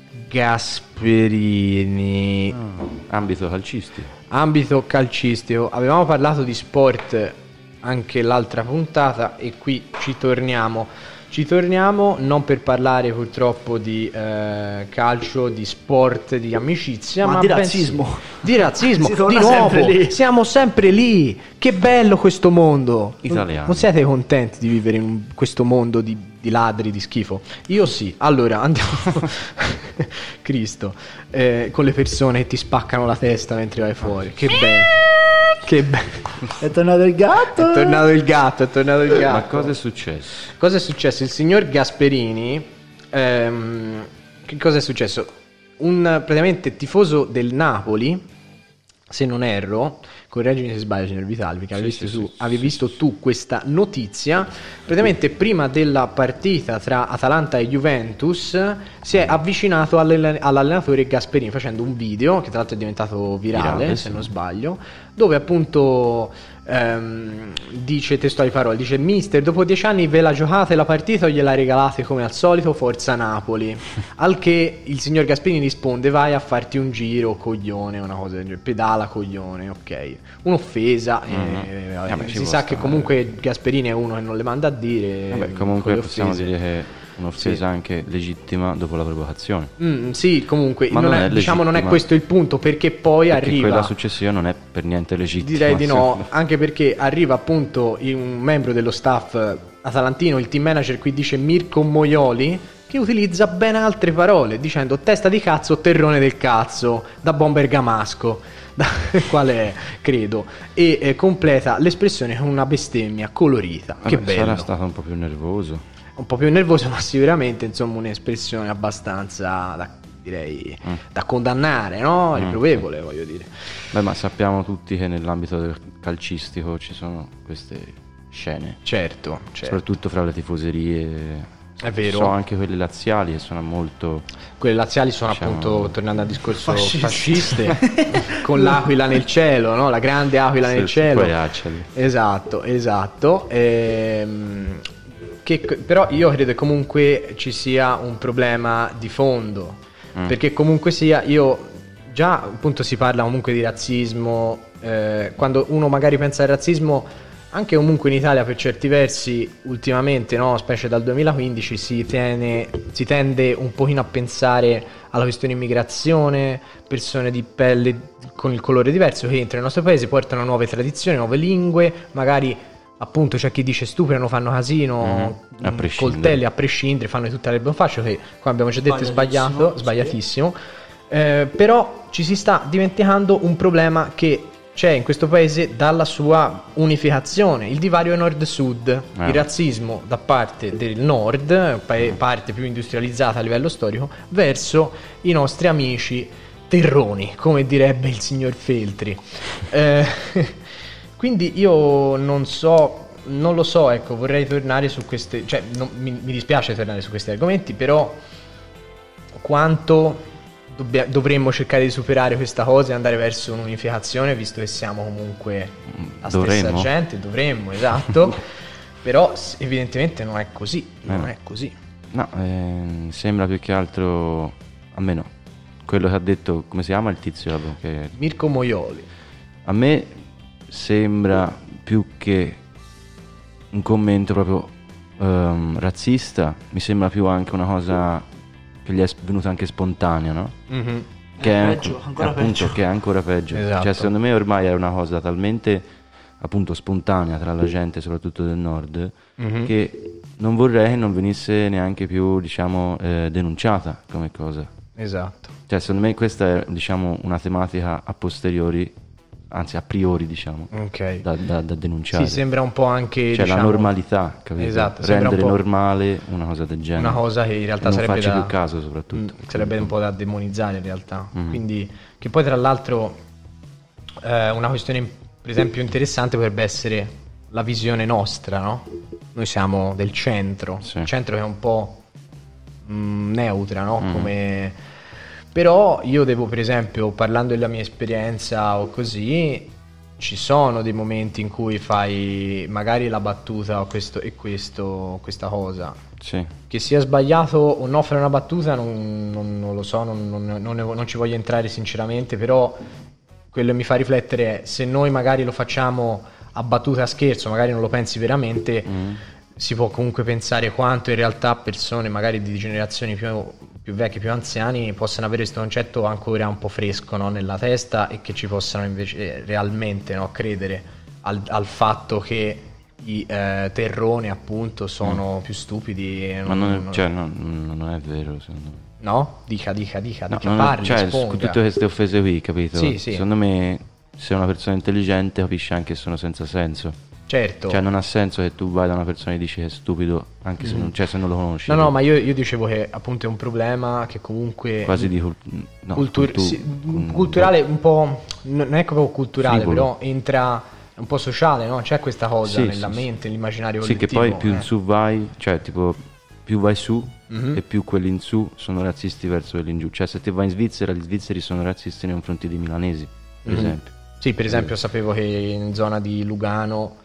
Gasperini. Ambito calcistico. Ambito calcistico. Avevamo parlato di sport anche l'altra puntata e qui ci torniamo. Ci torniamo non per parlare purtroppo di calcio, di sport, di amicizia, Ma ma di bensì- razzismo. Di razzismo, Si di torna nuovo, sempre lì. siamo sempre lì. Che bello questo mondo. Italiano. Non siete contenti di vivere in questo mondo di ladri, di schifo? Io sì. Allora, andiamo. Cristo, con le persone che ti spaccano la testa mentre vai fuori. Che bello. Che bello. È tornato il gatto. È tornato il gatto, è tornato il gatto. Ma cosa è successo? Cosa è successo? Il signor Gasperini, che cosa è successo? Un praticamente tifoso del Napoli, se non erro, correggimi se sbaglio signor Vitali, perché avevi visto tu questa notizia, praticamente prima della partita tra Atalanta e Juventus si è avvicinato all'allenatore Gasperini facendo un video, che tra l'altro è diventato virale se sì. non sbaglio, dove appunto dice testuali parole, dice: mister, dopo 10 anni ve la giocate la partita o gliela regalate come al solito, forza Napoli. Al che il signor Gasperini risponde: vai a farti un giro, coglione, una cosa del genere, pedala, coglione, ok, un'offesa. Vabbè, ci si può sa che stare. comunque Gasperini è uno che non le manda a dire. Vabbè, con comunque le possiamo offese. dire che è un'offesa anche legittima dopo la provocazione. Sì, comunque Ma non non è, è diciamo non è legittima. questo il punto, perché poi Perché arriva quella successiva non è per niente legittima. Direi di no, anche perché arriva appunto un membro dello staff atalantino, il team manager, qui dice Mirko Moioli, che utilizza ben altre parole, dicendo testa di cazzo, terrone del cazzo, da buon bergamasco, qual è, credo, e completa l'espressione con una bestemmia colorita. Vabbè, che bello. sarà stato un po' più nervoso. Un po' più nervoso, ma sicuramente insomma un'espressione abbastanza da condannare, no? Riprovevole, voglio dire. Beh, ma sappiamo tutti che nell'ambito del calcistico ci sono queste scene, Certo. soprattutto fra le tifoserie. È vero. Ci sono anche quelle laziali che sono molto... Quelle laziali sono Diciamo- appunto, tornando al discorso Fasciste. fasciste, con l'aquila nel cielo, no? La grande aquila nel cielo. Poi acciali. Esatto. Però io credo che comunque ci sia un problema di fondo, perché comunque sia, io già appunto si parla comunque di razzismo, quando uno magari pensa al razzismo, anche comunque in Italia per certi versi ultimamente, no, specie dal 2015 si tende un pochino a pensare alla questione immigrazione, persone di pelle con il colore diverso che entrano nel nostro paese, portano nuove tradizioni, nuove lingue, magari appunto c'è chi dice stuprano, fanno casino, A prescindere. coltelli a prescindere, fanno di tutta l'erba un fascio, che come abbiamo già detto è sbagliatissimo, però ci si sta dimenticando un problema che c'è in questo paese dalla sua unificazione, il divario nord-sud, il razzismo da parte del nord, parte più industrializzata a livello storico, verso i nostri amici terroni, come direbbe il signor Feltri. Quindi io non lo so, ecco, vorrei tornare su queste, cioè mi dispiace tornare su questi argomenti, però quanto dovremmo cercare di superare questa cosa e andare verso un'unificazione, visto che siamo comunque la stessa gente, dovremmo, esatto, però evidentemente non è così, non è così. No, sembra più che altro, almeno quello che ha detto, come si chiama il tizio? Che... Mirko Moioli. A me sembra più che un commento proprio razzista, mi sembra più anche una cosa che gli è venuta anche spontanea, no? Mhm. Che è Peggio, ancora appunto, peggio. che è ancora peggio. Esatto. Cioè, secondo me ormai è una cosa talmente appunto spontanea tra la gente, soprattutto del nord, che non vorrei che non venisse neanche più, diciamo, denunciata come cosa. Esatto. Cioè, secondo me questa è, diciamo, una tematica a posteriori, anzi a priori, diciamo, Ok. da denunciare. Sì, sembra un po' anche, Cioè diciamo, la normalità, capito? Esatto, sembra Rendere un po' normale una cosa del genere. una cosa che in realtà non sarebbe facci da... più caso, soprattutto. sarebbe un po' da demonizzare in realtà. Quindi, che poi tra l'altro una questione per esempio interessante potrebbe essere la visione nostra, no? Noi siamo del centro, Sì. il centro che è un po' neutra, no? Come... Però io devo, per esempio, parlando della mia esperienza o così, ci sono dei momenti in cui fai magari la battuta o questa cosa. Sì. Che sia sbagliato o no fare una battuta non lo so, non ci voglio entrare sinceramente, però quello che mi fa riflettere è se noi magari lo facciamo a battuta, a scherzo, magari non lo pensi veramente, si può comunque pensare quanto in realtà persone magari di generazioni più vecchie, più anziani possano avere questo concetto ancora un po' fresco, no, nella testa, e che ci possano invece realmente, no, credere al fatto che i terroni appunto sono più stupidi. Ma non è vero, secondo me. No? Dica, No, parli, cioè, esponga. con tutte queste offese qui, capito? Sì. Secondo me, se una persona intelligente capisce anche che sono senza senso. Certo. Cioè, non ha senso che tu vai da una persona e dici che è stupido, anche se non, cioè, se non lo conosci. No, ma io dicevo che appunto è un problema che comunque Quasi di culturale, un po', non è proprio culturale, Frivolo. però entra un po' sociale, no? C'è questa cosa Sì, nella sì, mente, nell'immaginario Sì, collettivo. che poi più in su vai, cioè tipo più vai su e più quelli in su sono razzisti verso quelli in giù. Cioè se te vai in Svizzera, gli svizzeri sono razzisti nei confronti dei milanesi, per esempio. Sì, per esempio sapevo che in zona di Lugano,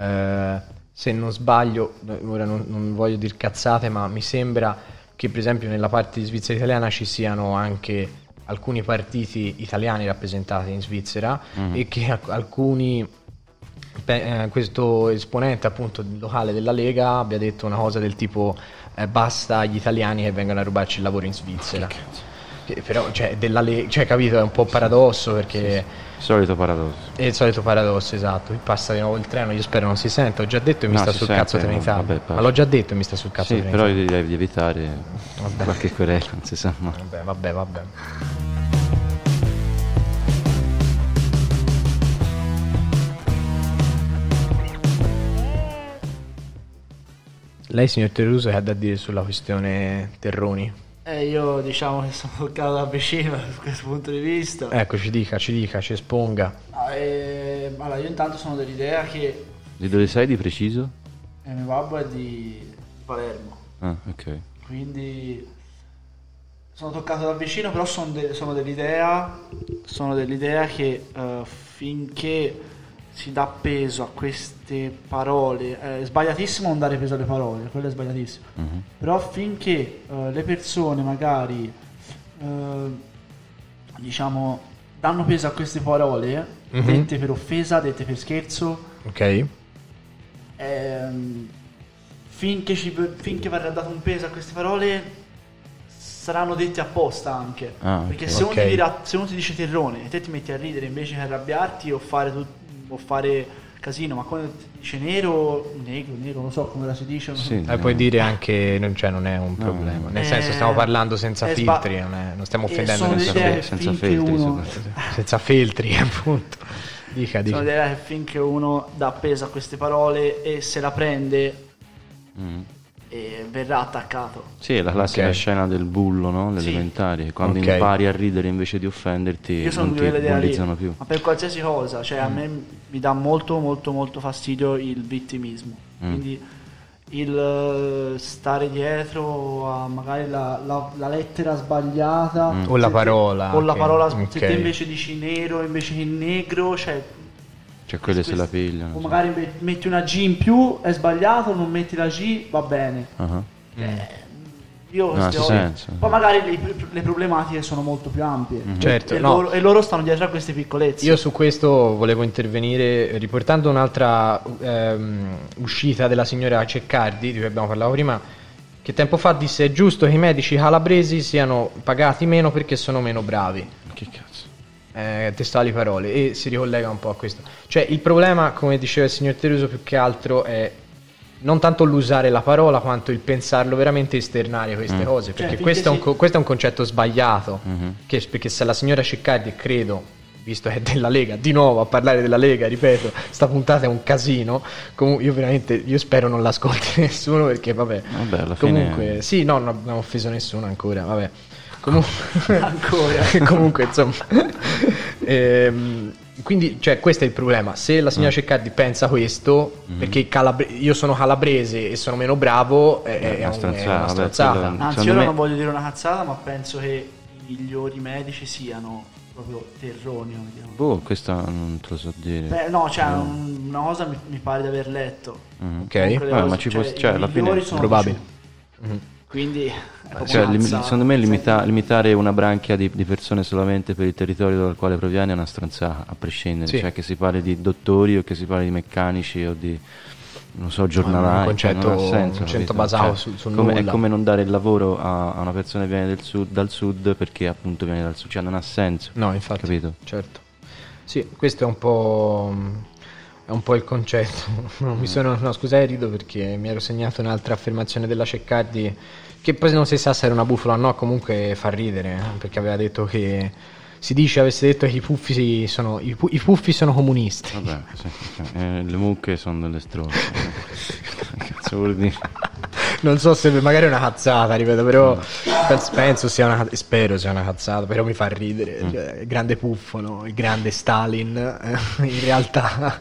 se non sbaglio, ora non voglio dir cazzate, ma mi sembra che per esempio nella parte di Svizzera italiana ci siano anche alcuni partiti italiani rappresentati in Svizzera e che alcuni, questo esponente appunto locale della Lega abbia detto una cosa del tipo basta agli italiani che vengono a rubarci il lavoro in Svizzera. Che però, cioè, cioè, capito, è un po' paradosso perché Solito paradosso. è il solito paradosso, esatto. Qui passa di nuovo il treno, io spero non si senta. Ho già detto e mi No, sta si sul sente, cazzo Trenitalia. vabbè, Ma l'ho già detto e mi sta sul cazzo Sì, Trenitalia. però io direi di evitare qualche querela, non si sa mai. Vabbè. Lei, signor Terruso, che ha da dire sulla questione Terroni? Io diciamo che sono toccato da vicino da questo punto di vista. Ecco, ci dica, ci esponga. Allora, io intanto sono dell'idea che Di dove sei di preciso? mio babbo è di Palermo, Ah, ok. quindi sono toccato da vicino, però sono dell'idea che finché si dà peso a queste parole, è sbagliatissimo non dare peso alle parole, quello è sbagliatissimo, però finché le persone magari diciamo danno peso a queste parole, dette per offesa, dette per scherzo, Ok. finché verrà dato un peso a queste parole saranno dette apposta anche, Ah, perché ok. se uno, Ok. se uno ti dice terrone e te ti metti a ridere invece che arrabbiarti o fare casino, ma quando ti dice negro, non so come la si dice, Sì, Puoi dire anche, non è un problema. Nel senso, stiamo parlando senza filtri, non stiamo offendendo sono nessuno. dell'idea che senza finché filtri, uno soprattutto. Senza filtri, appunto. Dica. sono dell'idea che finché uno dà peso a queste parole e se la prende verrà attaccato. Sì, è la classica Ok. scena del bullo, no? Le Sì. elementari, quando Ok. impari a ridere invece di offenderti Io sono non di ti quell'idea lì, bullizzano più. ma per qualsiasi cosa, cioè a me mi dà molto fastidio il vittimismo, quindi il stare dietro a magari la lettera sbagliata O la parola. o la che- parola ok. se te invece dici nero invece che negro, cioè Cioè quelle se la questo- pigliano. o sì. magari metti una G in più è sbagliato, non metti la G va bene. Ah. Io Non ha senso. Poi magari le problematiche sono molto più ampie. Certo, e loro stanno dietro a queste piccolezze. Io su questo volevo intervenire riportando un'altra uscita della signora Ceccardi, di cui abbiamo parlato prima, che tempo fa disse: è giusto che i medici calabresi siano pagati meno perché sono meno bravi. Che cazzo? Testuali parole, e si ricollega un po' a questo. Cioè il problema, come diceva il signor Teruso, più che altro è non tanto l'usare la parola quanto il pensarlo veramente, esternare queste cose, perché questo è un concetto sbagliato, perché se la signora Ceccardi, credo, visto che è della Lega, di nuovo a parlare della Lega, ripeto, sta puntata è un casino, io spero non l'ascolti nessuno, perché vabbè alla comunque fine... sì, no, non abbiamo offeso nessuno ancora, vabbè. Comunque insomma quindi cioè questo è il problema. Se la signora Ceccardi pensa questo, perché io sono calabrese e sono meno bravo, è una stronzata. Anzi, io non voglio dire una cazzata, ma penso che i migliori medici siano proprio terroni. Questa non te lo so dire. Beh, no, cioè una cosa mi pare di aver letto. Ok, ma ci può, cioè alla fine sono probabile. Quindi secondo me limitare una branchia di persone solamente per il territorio dal quale proviene è una stronzata, a prescindere. Sì. Cioè che si parli di dottori o che si parli di meccanici o di, non so, giornalai, un concetto, non ha senso, un concetto basato sul nulla. È come non dare il lavoro a una persona che viene dal sud perché appunto viene dal sud, cioè non ha senso. No, infatti, capito? Certo. Sì, questo è un po' il concetto. Scusate, rido perché mi ero segnato un'altra affermazione della Ceccardi, che poi non si sa se era una bufala o no, comunque fa ridere, perché aveva detto che avesse detto che i puffi sono comunisti. Vabbè, sì. Le mucche sono delle stronze. Cazzo vuol dire? Non so se magari è una cazzata, ripeto, però penso spero sia una cazzata, però mi fa ridere. Cioè, il grande puffo, no? Il grande Stalin, in realtà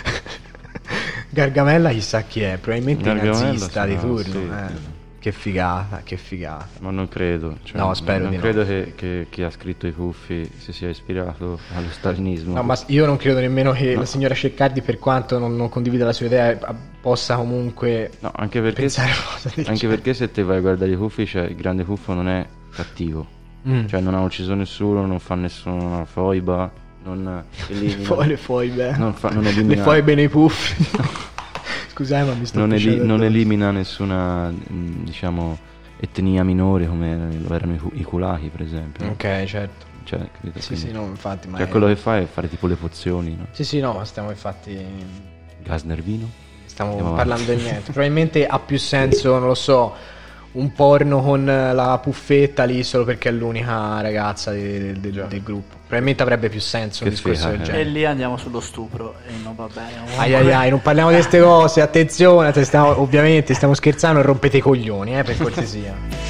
Gargamella chissà chi è, probabilmente il nazista di turno. Sì. Che figata. Ma non credo. No, spero di no. Non credo che chi ha scritto i puffi si sia ispirato allo stalinismo. No, ma io non credo nemmeno che la signora Ceccardi, per quanto non condivida la sua idea, possa comunque anche perché, pensare a cosa del genere. Perché se te vai a guardare i puffi, cioè il grande puffo non è cattivo. Cioè non ha ucciso nessuno, non fa nessuna foiba, non elimina le foibe. Non elimina le foibe nei puffi. Scusate, ma mi sto non elimina nessuna, diciamo, etnia minore come lo erano i kulaki, per esempio. Ok, certo. Cioè, capito? Sì, no, infatti. Cioè, quello che fa è fare tipo le pozioni, no? Sì, no, stiamo infatti. Gas nervino? Stiamo parlando di niente. Probabilmente ha più senso, non lo so, un porno con la puffetta lì solo perché è l'unica ragazza del gruppo. Probabilmente avrebbe più senso un discorso del genere. E lì andiamo sullo stupro e non va bene. Ai, non parliamo di queste cose, attenzione, ovviamente stiamo scherzando, e rompete i coglioni, per cortesia.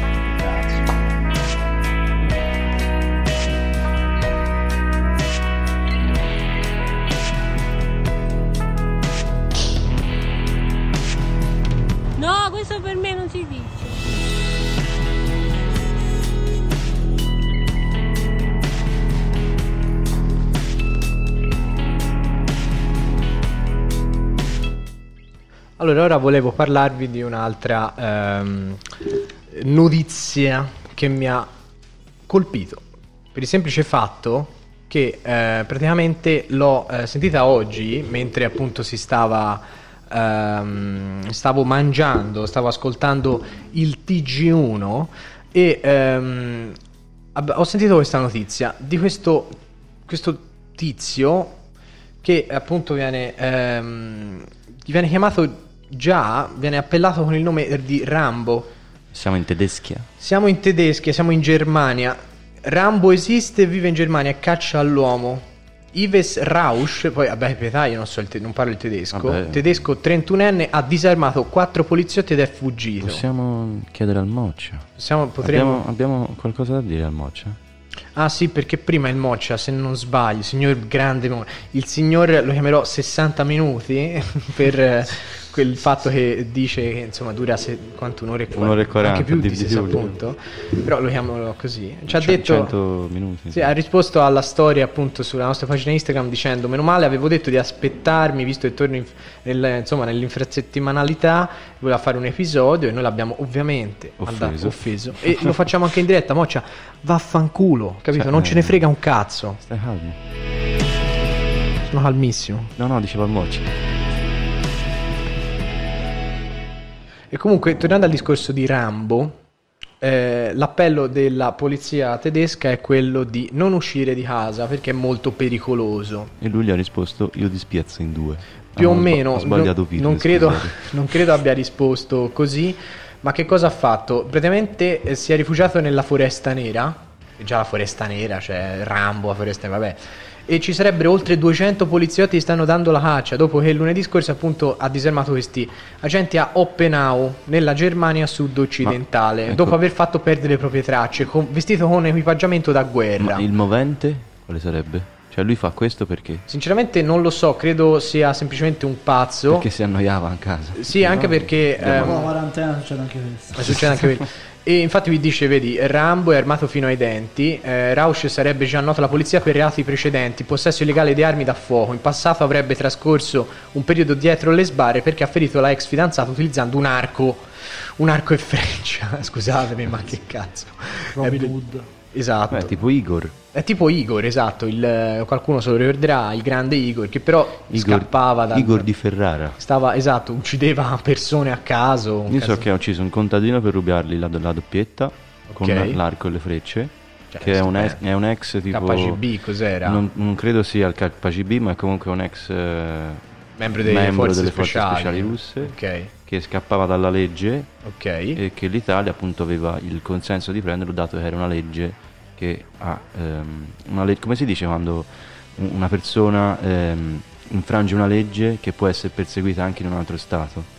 No, questo per me non si dice. Allora, ora volevo parlarvi di un'altra notizia che mi ha colpito, per il semplice fatto che praticamente l'ho sentita oggi mentre appunto stavo ascoltando il TG1 e ho sentito questa notizia di questo tizio che appunto viene chiamato, viene appellato con il nome di Rambo. Siamo in Tedeschia, siamo in Germania. Rambo esiste, vive in Germania e caccia all'uomo. Yves Rausch, poi vabbè, pietà, io non parlo il tedesco. Vabbè. Tedesco 31enne, ha disarmato 4 poliziotti ed è fuggito. Possiamo chiedere al Moccia? Abbiamo qualcosa da dire al Moccia? Ah sì, perché prima il Moccia, se non sbaglio, il signor lo chiamerò 60 minuti per quel fatto che dice che insomma dura quanto un'ora e 40, Un'ora e 40, anche più di di sì, più. appunto, però lo chiamano così. Ci ha detto 100 minuti. sì, ha risposto alla storia appunto sulla nostra pagina Instagram dicendo: meno male, avevo detto di aspettarmi visto che torno insomma nell'infrasettimanalità, voleva fare un episodio e noi l'abbiamo ovviamente offeso e lo facciamo anche in diretta. Moccia, vaffanculo, capito? Non ce ne frega un cazzo. Stai calmo. Sono calmissimo. No, dicevo al Moccia. E comunque, tornando al discorso di Rambo, l'appello della polizia tedesca è quello di non uscire di casa perché è molto pericoloso. E lui gli ha risposto: io ti spiazzo in due. Più o meno, ho sbagliato non credo abbia risposto così, ma che cosa ha fatto? Praticamente si è rifugiato nella Foresta Nera, già la Foresta Nera, cioè Rambo, la Foresta Nera, vabbè, e ci sarebbero oltre 200 poliziotti che stanno dando la caccia dopo che lunedì scorso appunto ha disarmato questi agenti a Oppenau nella Germania sud-occidentale, ecco, dopo aver fatto perdere le proprie tracce, vestito con equipaggiamento da guerra. Ma il movente quale sarebbe? Cioè lui fa questo perché? Sinceramente non lo so, credo sia semplicemente un pazzo. Perché si annoiava a casa. Sì, anche perché Dopo la quarantena succede anche questo. succede anche questo. E infatti vi dice, vedi, Rambo è armato fino ai denti, Rausch sarebbe già noto alla polizia per reati precedenti, possesso illegale di armi da fuoco, in passato avrebbe trascorso un periodo dietro le sbarre perché ha ferito la ex fidanzata utilizzando un arco e freccia. Scusatemi, ma che cazzo. Robin Hood. Esatto. È tipo Igor. È tipo Igor, esatto, qualcuno se lo ricorderà, il grande Igor, che però scappava da... Igor di Ferrara. Esatto, uccideva persone a caso. Io so che ha ucciso un contadino per rubargli la doppietta, con l'arco e le frecce, che è un ex tipo... KGB, cos'era? Non credo sia il KGB, ma è comunque un ex membro delle forze speciali russe, okay, che scappava dalla legge, okay, e che l'Italia appunto aveva il consenso di prenderlo, dato che era una legge che ha come si dice quando una persona infrange una legge che può essere perseguita anche in un altro stato?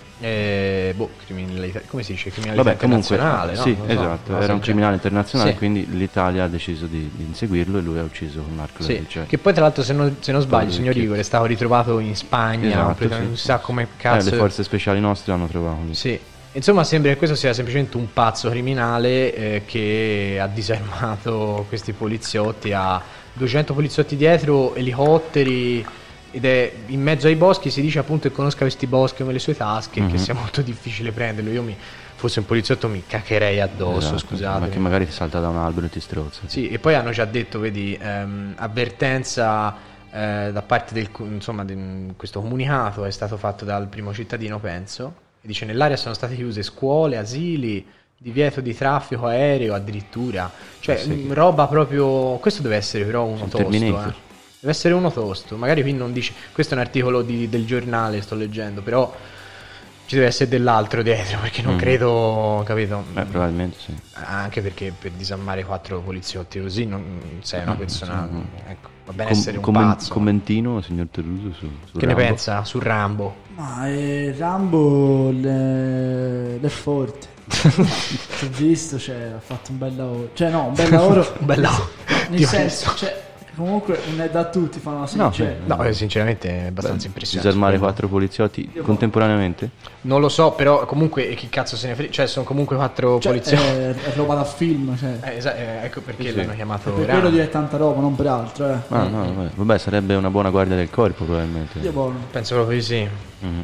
Criminalità, come si dice? Criminalità Comunque, internazionale, no? Sì, so, esatto, era un criminale internazionale, sì, quindi l'Italia ha deciso di inseguirlo e lui ha ucciso con un arco. Sì, che poi tra l'altro se non sbaglio il signor Igor è stato ritrovato in Spagna, esatto, non si sa come cazzo. Le forze speciali nostre l'hanno trovato. Sì. Insomma, sembra che questo sia semplicemente un pazzo criminale che ha disarmato questi poliziotti, ha 200 poliziotti dietro, elicotteri, ed è in mezzo ai boschi. Si dice appunto che conosca questi boschi come le sue tasche, che sia molto difficile prenderlo. Fosse un poliziotto mi caccherei addosso, esatto, scusate. Ma che magari ti salta da un albero e ti strozza. Sì, e poi hanno già detto, vedi, avvertenza da parte di questo comunicato è stato fatto dal primo cittadino, penso. E dice: nell'area sono state chiuse scuole, asili, divieto di traffico aereo addirittura. Cioè, roba proprio... Questo deve essere però uno tosto, Deve essere uno tosto. Magari qui non dice... Questo è un articolo del giornale, sto leggendo, però ci deve essere dell'altro dietro, perché non credo, capito? Probabilmente sì. Anche perché per disarmare 4 poliziotti così non sei una persona... Ecco, va bene essere un pazzo. Commentino, signor Teruso, su che Rambo. ne pensa su Rambo? Ma Rambo è forte. Ho visto, cioè, ha fatto un bel lavoro. Cioè no, un bel lavoro. Un bel lavoro. Nel senso, cioè, comunque non è da tutti fanno No, sinceramente è abbastanza impressionante. Disarmare 4 poliziotti contemporaneamente? Non lo so, però comunque chi cazzo se ne frega, cioè sono comunque 4 poliziotti. È roba da film, cioè. Ecco perché l'hanno chiamato per quello di tanta roba, non per altro, Vabbè, sarebbe una buona guardia del corpo probabilmente. Penso proprio di sì.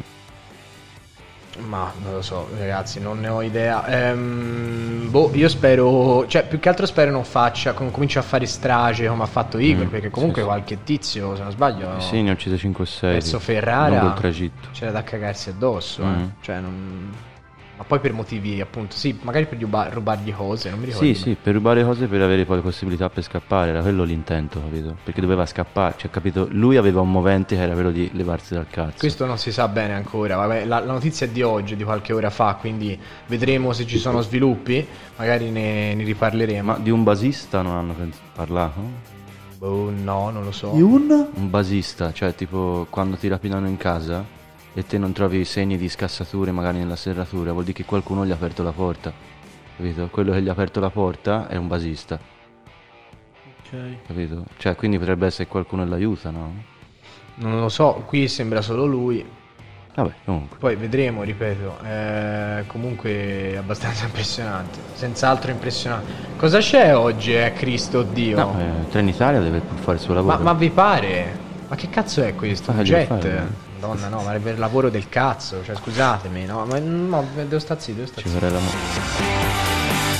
Ma non lo so, ragazzi, non ne ho idea. Io spero, cioè più che altro spero non faccia, cominci a fare strage come ha fatto Igor, perché comunque qualche tizio, se non sbaglio, sì, ne ho uccise 5 o 6 verso Ferrara, lungo il tragitto. c'era da cagarsi addosso, cioè non... Ma poi per motivi appunto, sì, magari per rubargli cose, non mi ricordo. Sì, per rubare cose, per avere poi possibilità per scappare, era quello l'intento, capito? Perché doveva scappare, cioè, capito? Lui aveva un movente che era quello di levarsi dal cazzo. Questo non si sa bene ancora, vabbè, la notizia è di oggi, di qualche ora fa, quindi vedremo se ci sono sviluppi, magari ne riparleremo. Ma di un basista non hanno parlato? No, non lo so. Di un basista, cioè tipo quando ti rapinano in casa e te non trovi segni di scassature magari nella serratura, vuol dire che qualcuno gli ha aperto la porta, capito? Quello che gli ha aperto la porta è un basista, capito? Cioè quindi potrebbe essere qualcuno che l'aiuta, no? Non lo so, qui sembra solo lui. Vabbè, comunque. Poi vedremo, ripeto, comunque è abbastanza impressionante, senz'altro impressionante. Cosa c'è oggi, Cristo Dio? No, Trenitalia deve pur fare il suo lavoro. Ma vi pare? Ma che cazzo è questo? Un devo jet? fare. Madonna, no, ma è per lavoro del cazzo, cioè scusatemi, no, ma no, devo stare zitto, Ci vorrei la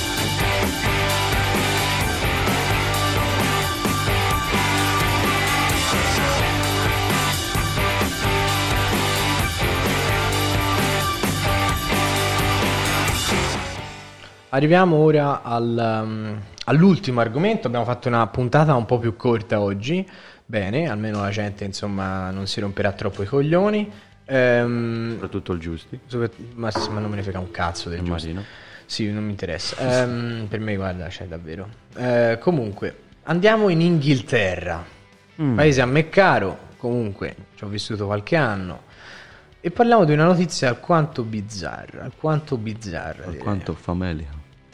Arriviamo ora all'ultimo argomento. Abbiamo fatto una puntata un po' più corta oggi. Bene, almeno la gente insomma non si romperà troppo i coglioni. soprattutto il Giusti. Ma non me ne frega un cazzo del Giusti. Immagino. Sì, non mi interessa. Per me, guarda, c'è davvero. Comunque, andiamo in Inghilterra, paese a me caro. Comunque, ci ho vissuto qualche anno. E parliamo di una notizia alquanto bizzarra. Direi. Quanto famelia.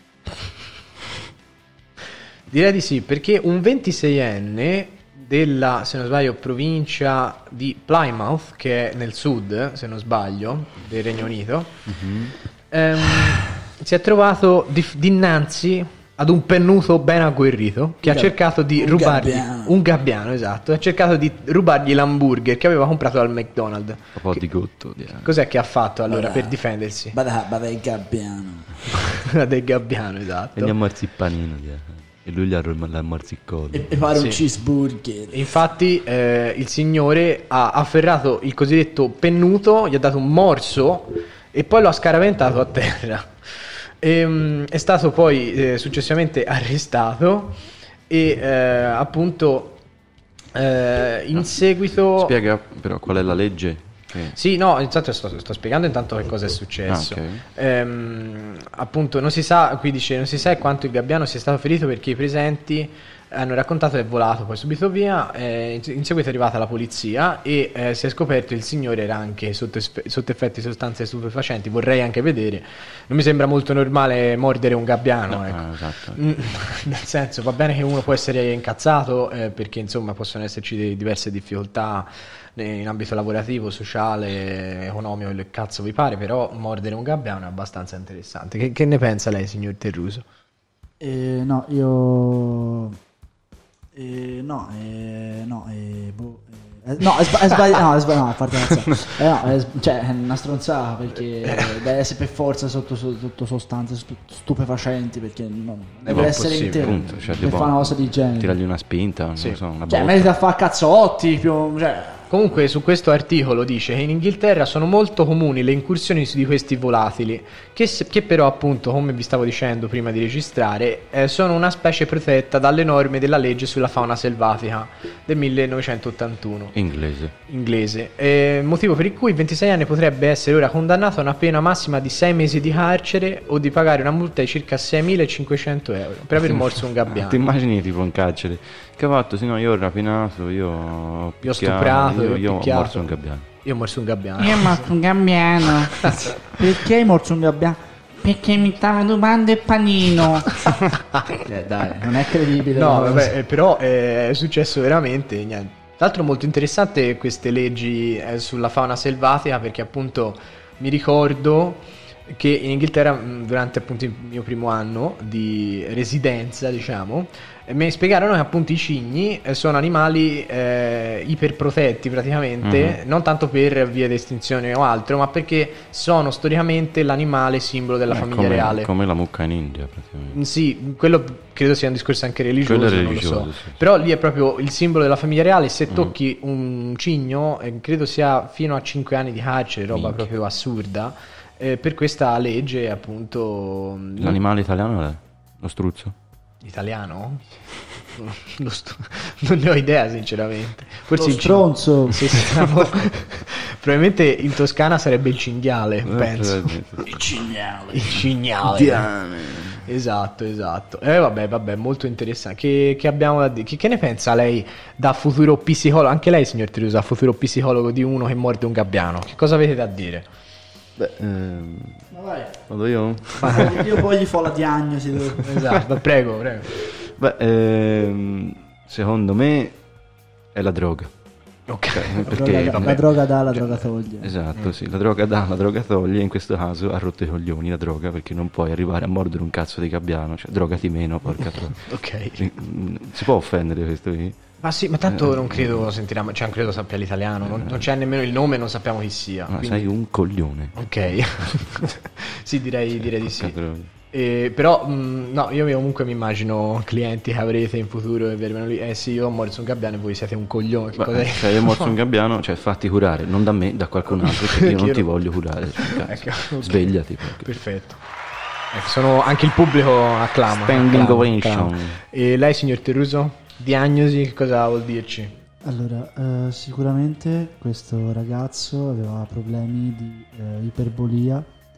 Direi di sì, perché un 26enne della, se non sbaglio, provincia di Plymouth, che è nel sud, se non sbaglio, del Regno Unito, si è trovato dinanzi ad un pennuto ben agguerrito che ha cercato di rubargli un gabbiano, esatto, ha cercato di rubargli l'hamburger che aveva comprato al McDonald's. Un po' di gotto. Cos'è che ha fatto allora per difendersi? Bada il gabbiano. Del gabbiano, esatto. E gli ammorzipanino. E lui gli ha l'ammorzicato. E fare un cheeseburger. Infatti il signore ha afferrato il cosiddetto pennuto, gli ha dato un morso e poi lo ha scaraventato a terra. È stato poi successivamente arrestato e appunto in seguito... Spiega però qual è la legge? Sì, no, intanto sto spiegando intanto che cosa è successo. Appunto non si sa, qui dice, non si sa quanto il gabbiano sia stato ferito perché i presenti hanno raccontato che è volato poi subito via. In seguito è arrivata la polizia e si è scoperto che il signore era anche sotto effetti di sostanze stupefacenti. Vorrei anche vedere, non mi sembra molto normale mordere un gabbiano, No, ecco. esatto. Nel senso, va bene che uno può essere incazzato perché insomma possono esserci diverse difficoltà in ambito lavorativo, sociale, economico, che cazzo vi pare, però mordere un gabbiano è abbastanza interessante. Che ne pensa lei, signor Terruso? No, io... No, è sbagliato. No, a parte cioè è una stronzata perché deve essere per forza sotto sostanze stupefacenti perché non deve essere intero appunto, cioè, per fare una cosa di genere. Tirargli una spinta, non so, una botta. Merita a fare cazzotti più, cioè. Comunque su questo articolo dice che in Inghilterra sono molto comuni le incursioni di questi volatili che però appunto, come vi stavo dicendo prima di registrare, sono una specie protetta dalle norme della legge sulla fauna selvatica del 1981 inglese, motivo per il cui il 26enne potrebbe essere ora condannato a una pena massima di 6 mesi di carcere o di pagare una multa di circa 6.500 euro per aver morso un gabbiano. Ti immagini tipo in carcere? Che ha fatto? Sì, no, io ho rapinato, io ho stuprato, io ho picchiato. morso un gabbiano. Io ho morso un gabbiano. Io ho morso un gabbiano. Perché hai morso un gabbiano? Perché mi stava rubando il panino. Dai, non è credibile. No, vabbè, però è successo veramente niente. Tra l'altro molto interessante queste leggi sulla fauna selvatica perché appunto mi ricordo che in Inghilterra durante appunto il mio primo anno di residenza, diciamo, mi spiegarono che appunto i cigni sono animali iperprotetti praticamente, non tanto per via di estinzione o altro, ma perché sono storicamente l'animale simbolo della famiglia reale. Come la mucca in India praticamente. Sì, quello credo sia un discorso anche religioso, Quello è non religioso, lo so. sì. Però lì è proprio il simbolo della famiglia reale. Se tocchi un cigno, credo sia fino a 5 anni di carcere, roba proprio assurda. Per questa legge appunto... L'animale italiano è lo struzzo? Italiano? Non ne ho idea sinceramente. Forse Lo stronzo. Probabilmente in Toscana sarebbe il cinghiale, penso. Il cignale. Il cignale. Esatto. Vabbè, molto interessante. Che abbiamo da dire? Che ne pensa lei da futuro psicologo? Anche lei, signor Triuso, da futuro psicologo di uno che morde un gabbiano. Che cosa avete da dire? Beh, Ma vai. vado io? Io poi gli fo la diagnosi. Esatto, prego. Beh, secondo me è la droga. Ok, perché la droga dà, la droga toglie. Esatto, sì, la droga dà, la droga toglie, in questo caso ha rotto i coglioni la droga, perché non puoi arrivare a mordere un cazzo di gabbiano, cioè drogati meno, porca troia. Ok. Si può offendere questo qui? Ma sì, ma tanto non credo sentirà, cioè non credo sappia l'italiano, non c'è nemmeno il nome, non sappiamo chi sia. Ma quindi... sei un coglione. Ok. Sì, direi di sì. Porca troia. Però no, io comunque mi immagino clienti che avrete in futuro e vi arrivano lì, sì, io ho morso un gabbiano e voi siete un coglione. Che cos'è? Cioè, io ho morso un gabbiano, cioè fatti curare, non da me, da qualcun altro, perché io non ti voglio curare. Ecco, okay. Svegliati. Perfetto. Ecco, anche il pubblico acclama. Standing ovation. E lei, signor Teruso, diagnosi, che cosa vuol dirci? Allora, sicuramente questo ragazzo aveva problemi di iperbolia,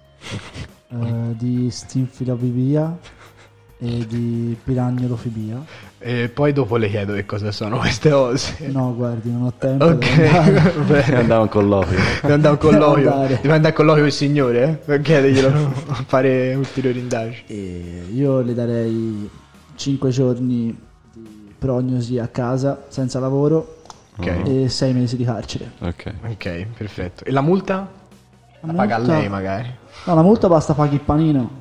di stinfilobibia e di piragnolofobia. E poi dopo le chiedo che cosa sono queste cose. No, guardi, non ho tempo. Ok, andavo a colloquio. Devo andare a colloquio. Devo andare a colloquio il signore, per chiederglielo a fare ulteriori indagini. E io le darei 5 giorni di prognosi a casa senza lavoro, e 6 mesi di carcere. Ok, perfetto. E la multa? La paga lei magari? No, la multa basta paghi il panino.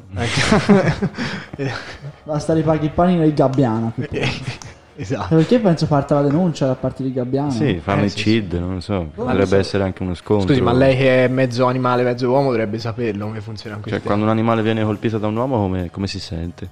Basta ripaghi il panino e il gabbiano. Esatto. Perché penso parta la denuncia da parte di Gabbiano? Sì, fanno il CID, non lo so. Potrebbe essere anche uno scontro. Scusi, ma lei che è mezzo animale, mezzo uomo dovrebbe saperlo come funziona così. Cioè, quando un animale viene colpito da un uomo, come si sente?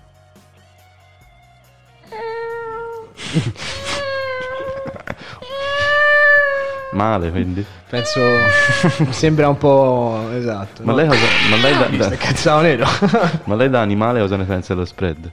Male, quindi. Penso sembra un po' esatto. Ma no? lei cosa? Ma lei da cazzavo nero. Ma lei da animale cosa ne pensa dello spread?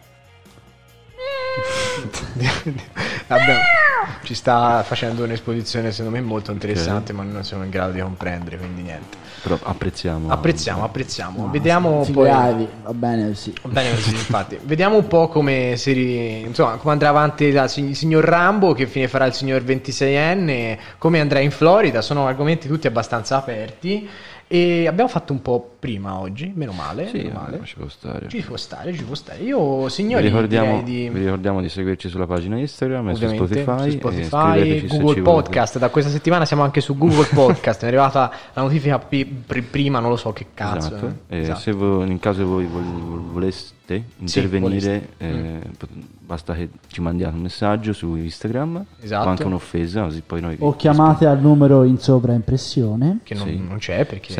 Vabbè, ci sta facendo un'esposizione secondo me molto interessante, ma noi non siamo in grado di comprendere, quindi niente. Però apprezziamo. No, vediamo poi. Va bene così. Va bene così, infatti. Vediamo un po' come insomma, come andrà avanti il signor Rambo, che fine farà il signor 26enne, come andrà in Florida. Sono argomenti tutti abbastanza aperti. E abbiamo fatto un po' prima oggi, meno male. Sì, meno male. ci può stare. Ci può stare. Io, signori, vi ricordiamo di seguirci sulla pagina Instagram e su Spotify, Google Podcast. Da questa settimana siamo anche su Google Podcast. Mi è arrivata la notifica prima, non lo so che cazzo. Esatto. Esatto. Se in caso voi voleste intervenire, basta che ci mandiate un messaggio su Instagram, esatto, o anche un'offesa, così poi noi o chiamate al numero in sovraimpressione, che non c'è, perché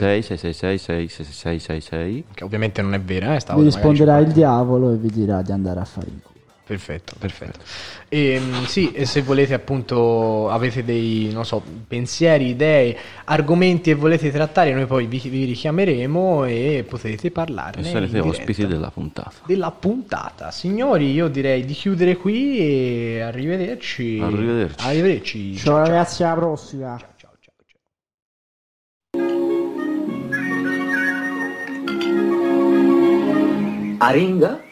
666 che ovviamente non è vera, vi risponderà il diavolo e vi dirà di andare a fare in culo. Perfetto. E se volete, appunto, avete dei, non so, pensieri, idee, argomenti che volete trattare, noi poi vi richiameremo e potete parlarne. E sarete ospiti della puntata. Signori, io direi di chiudere qui e arrivederci. Ciao ragazzi, alla prossima. Ciao. Aringa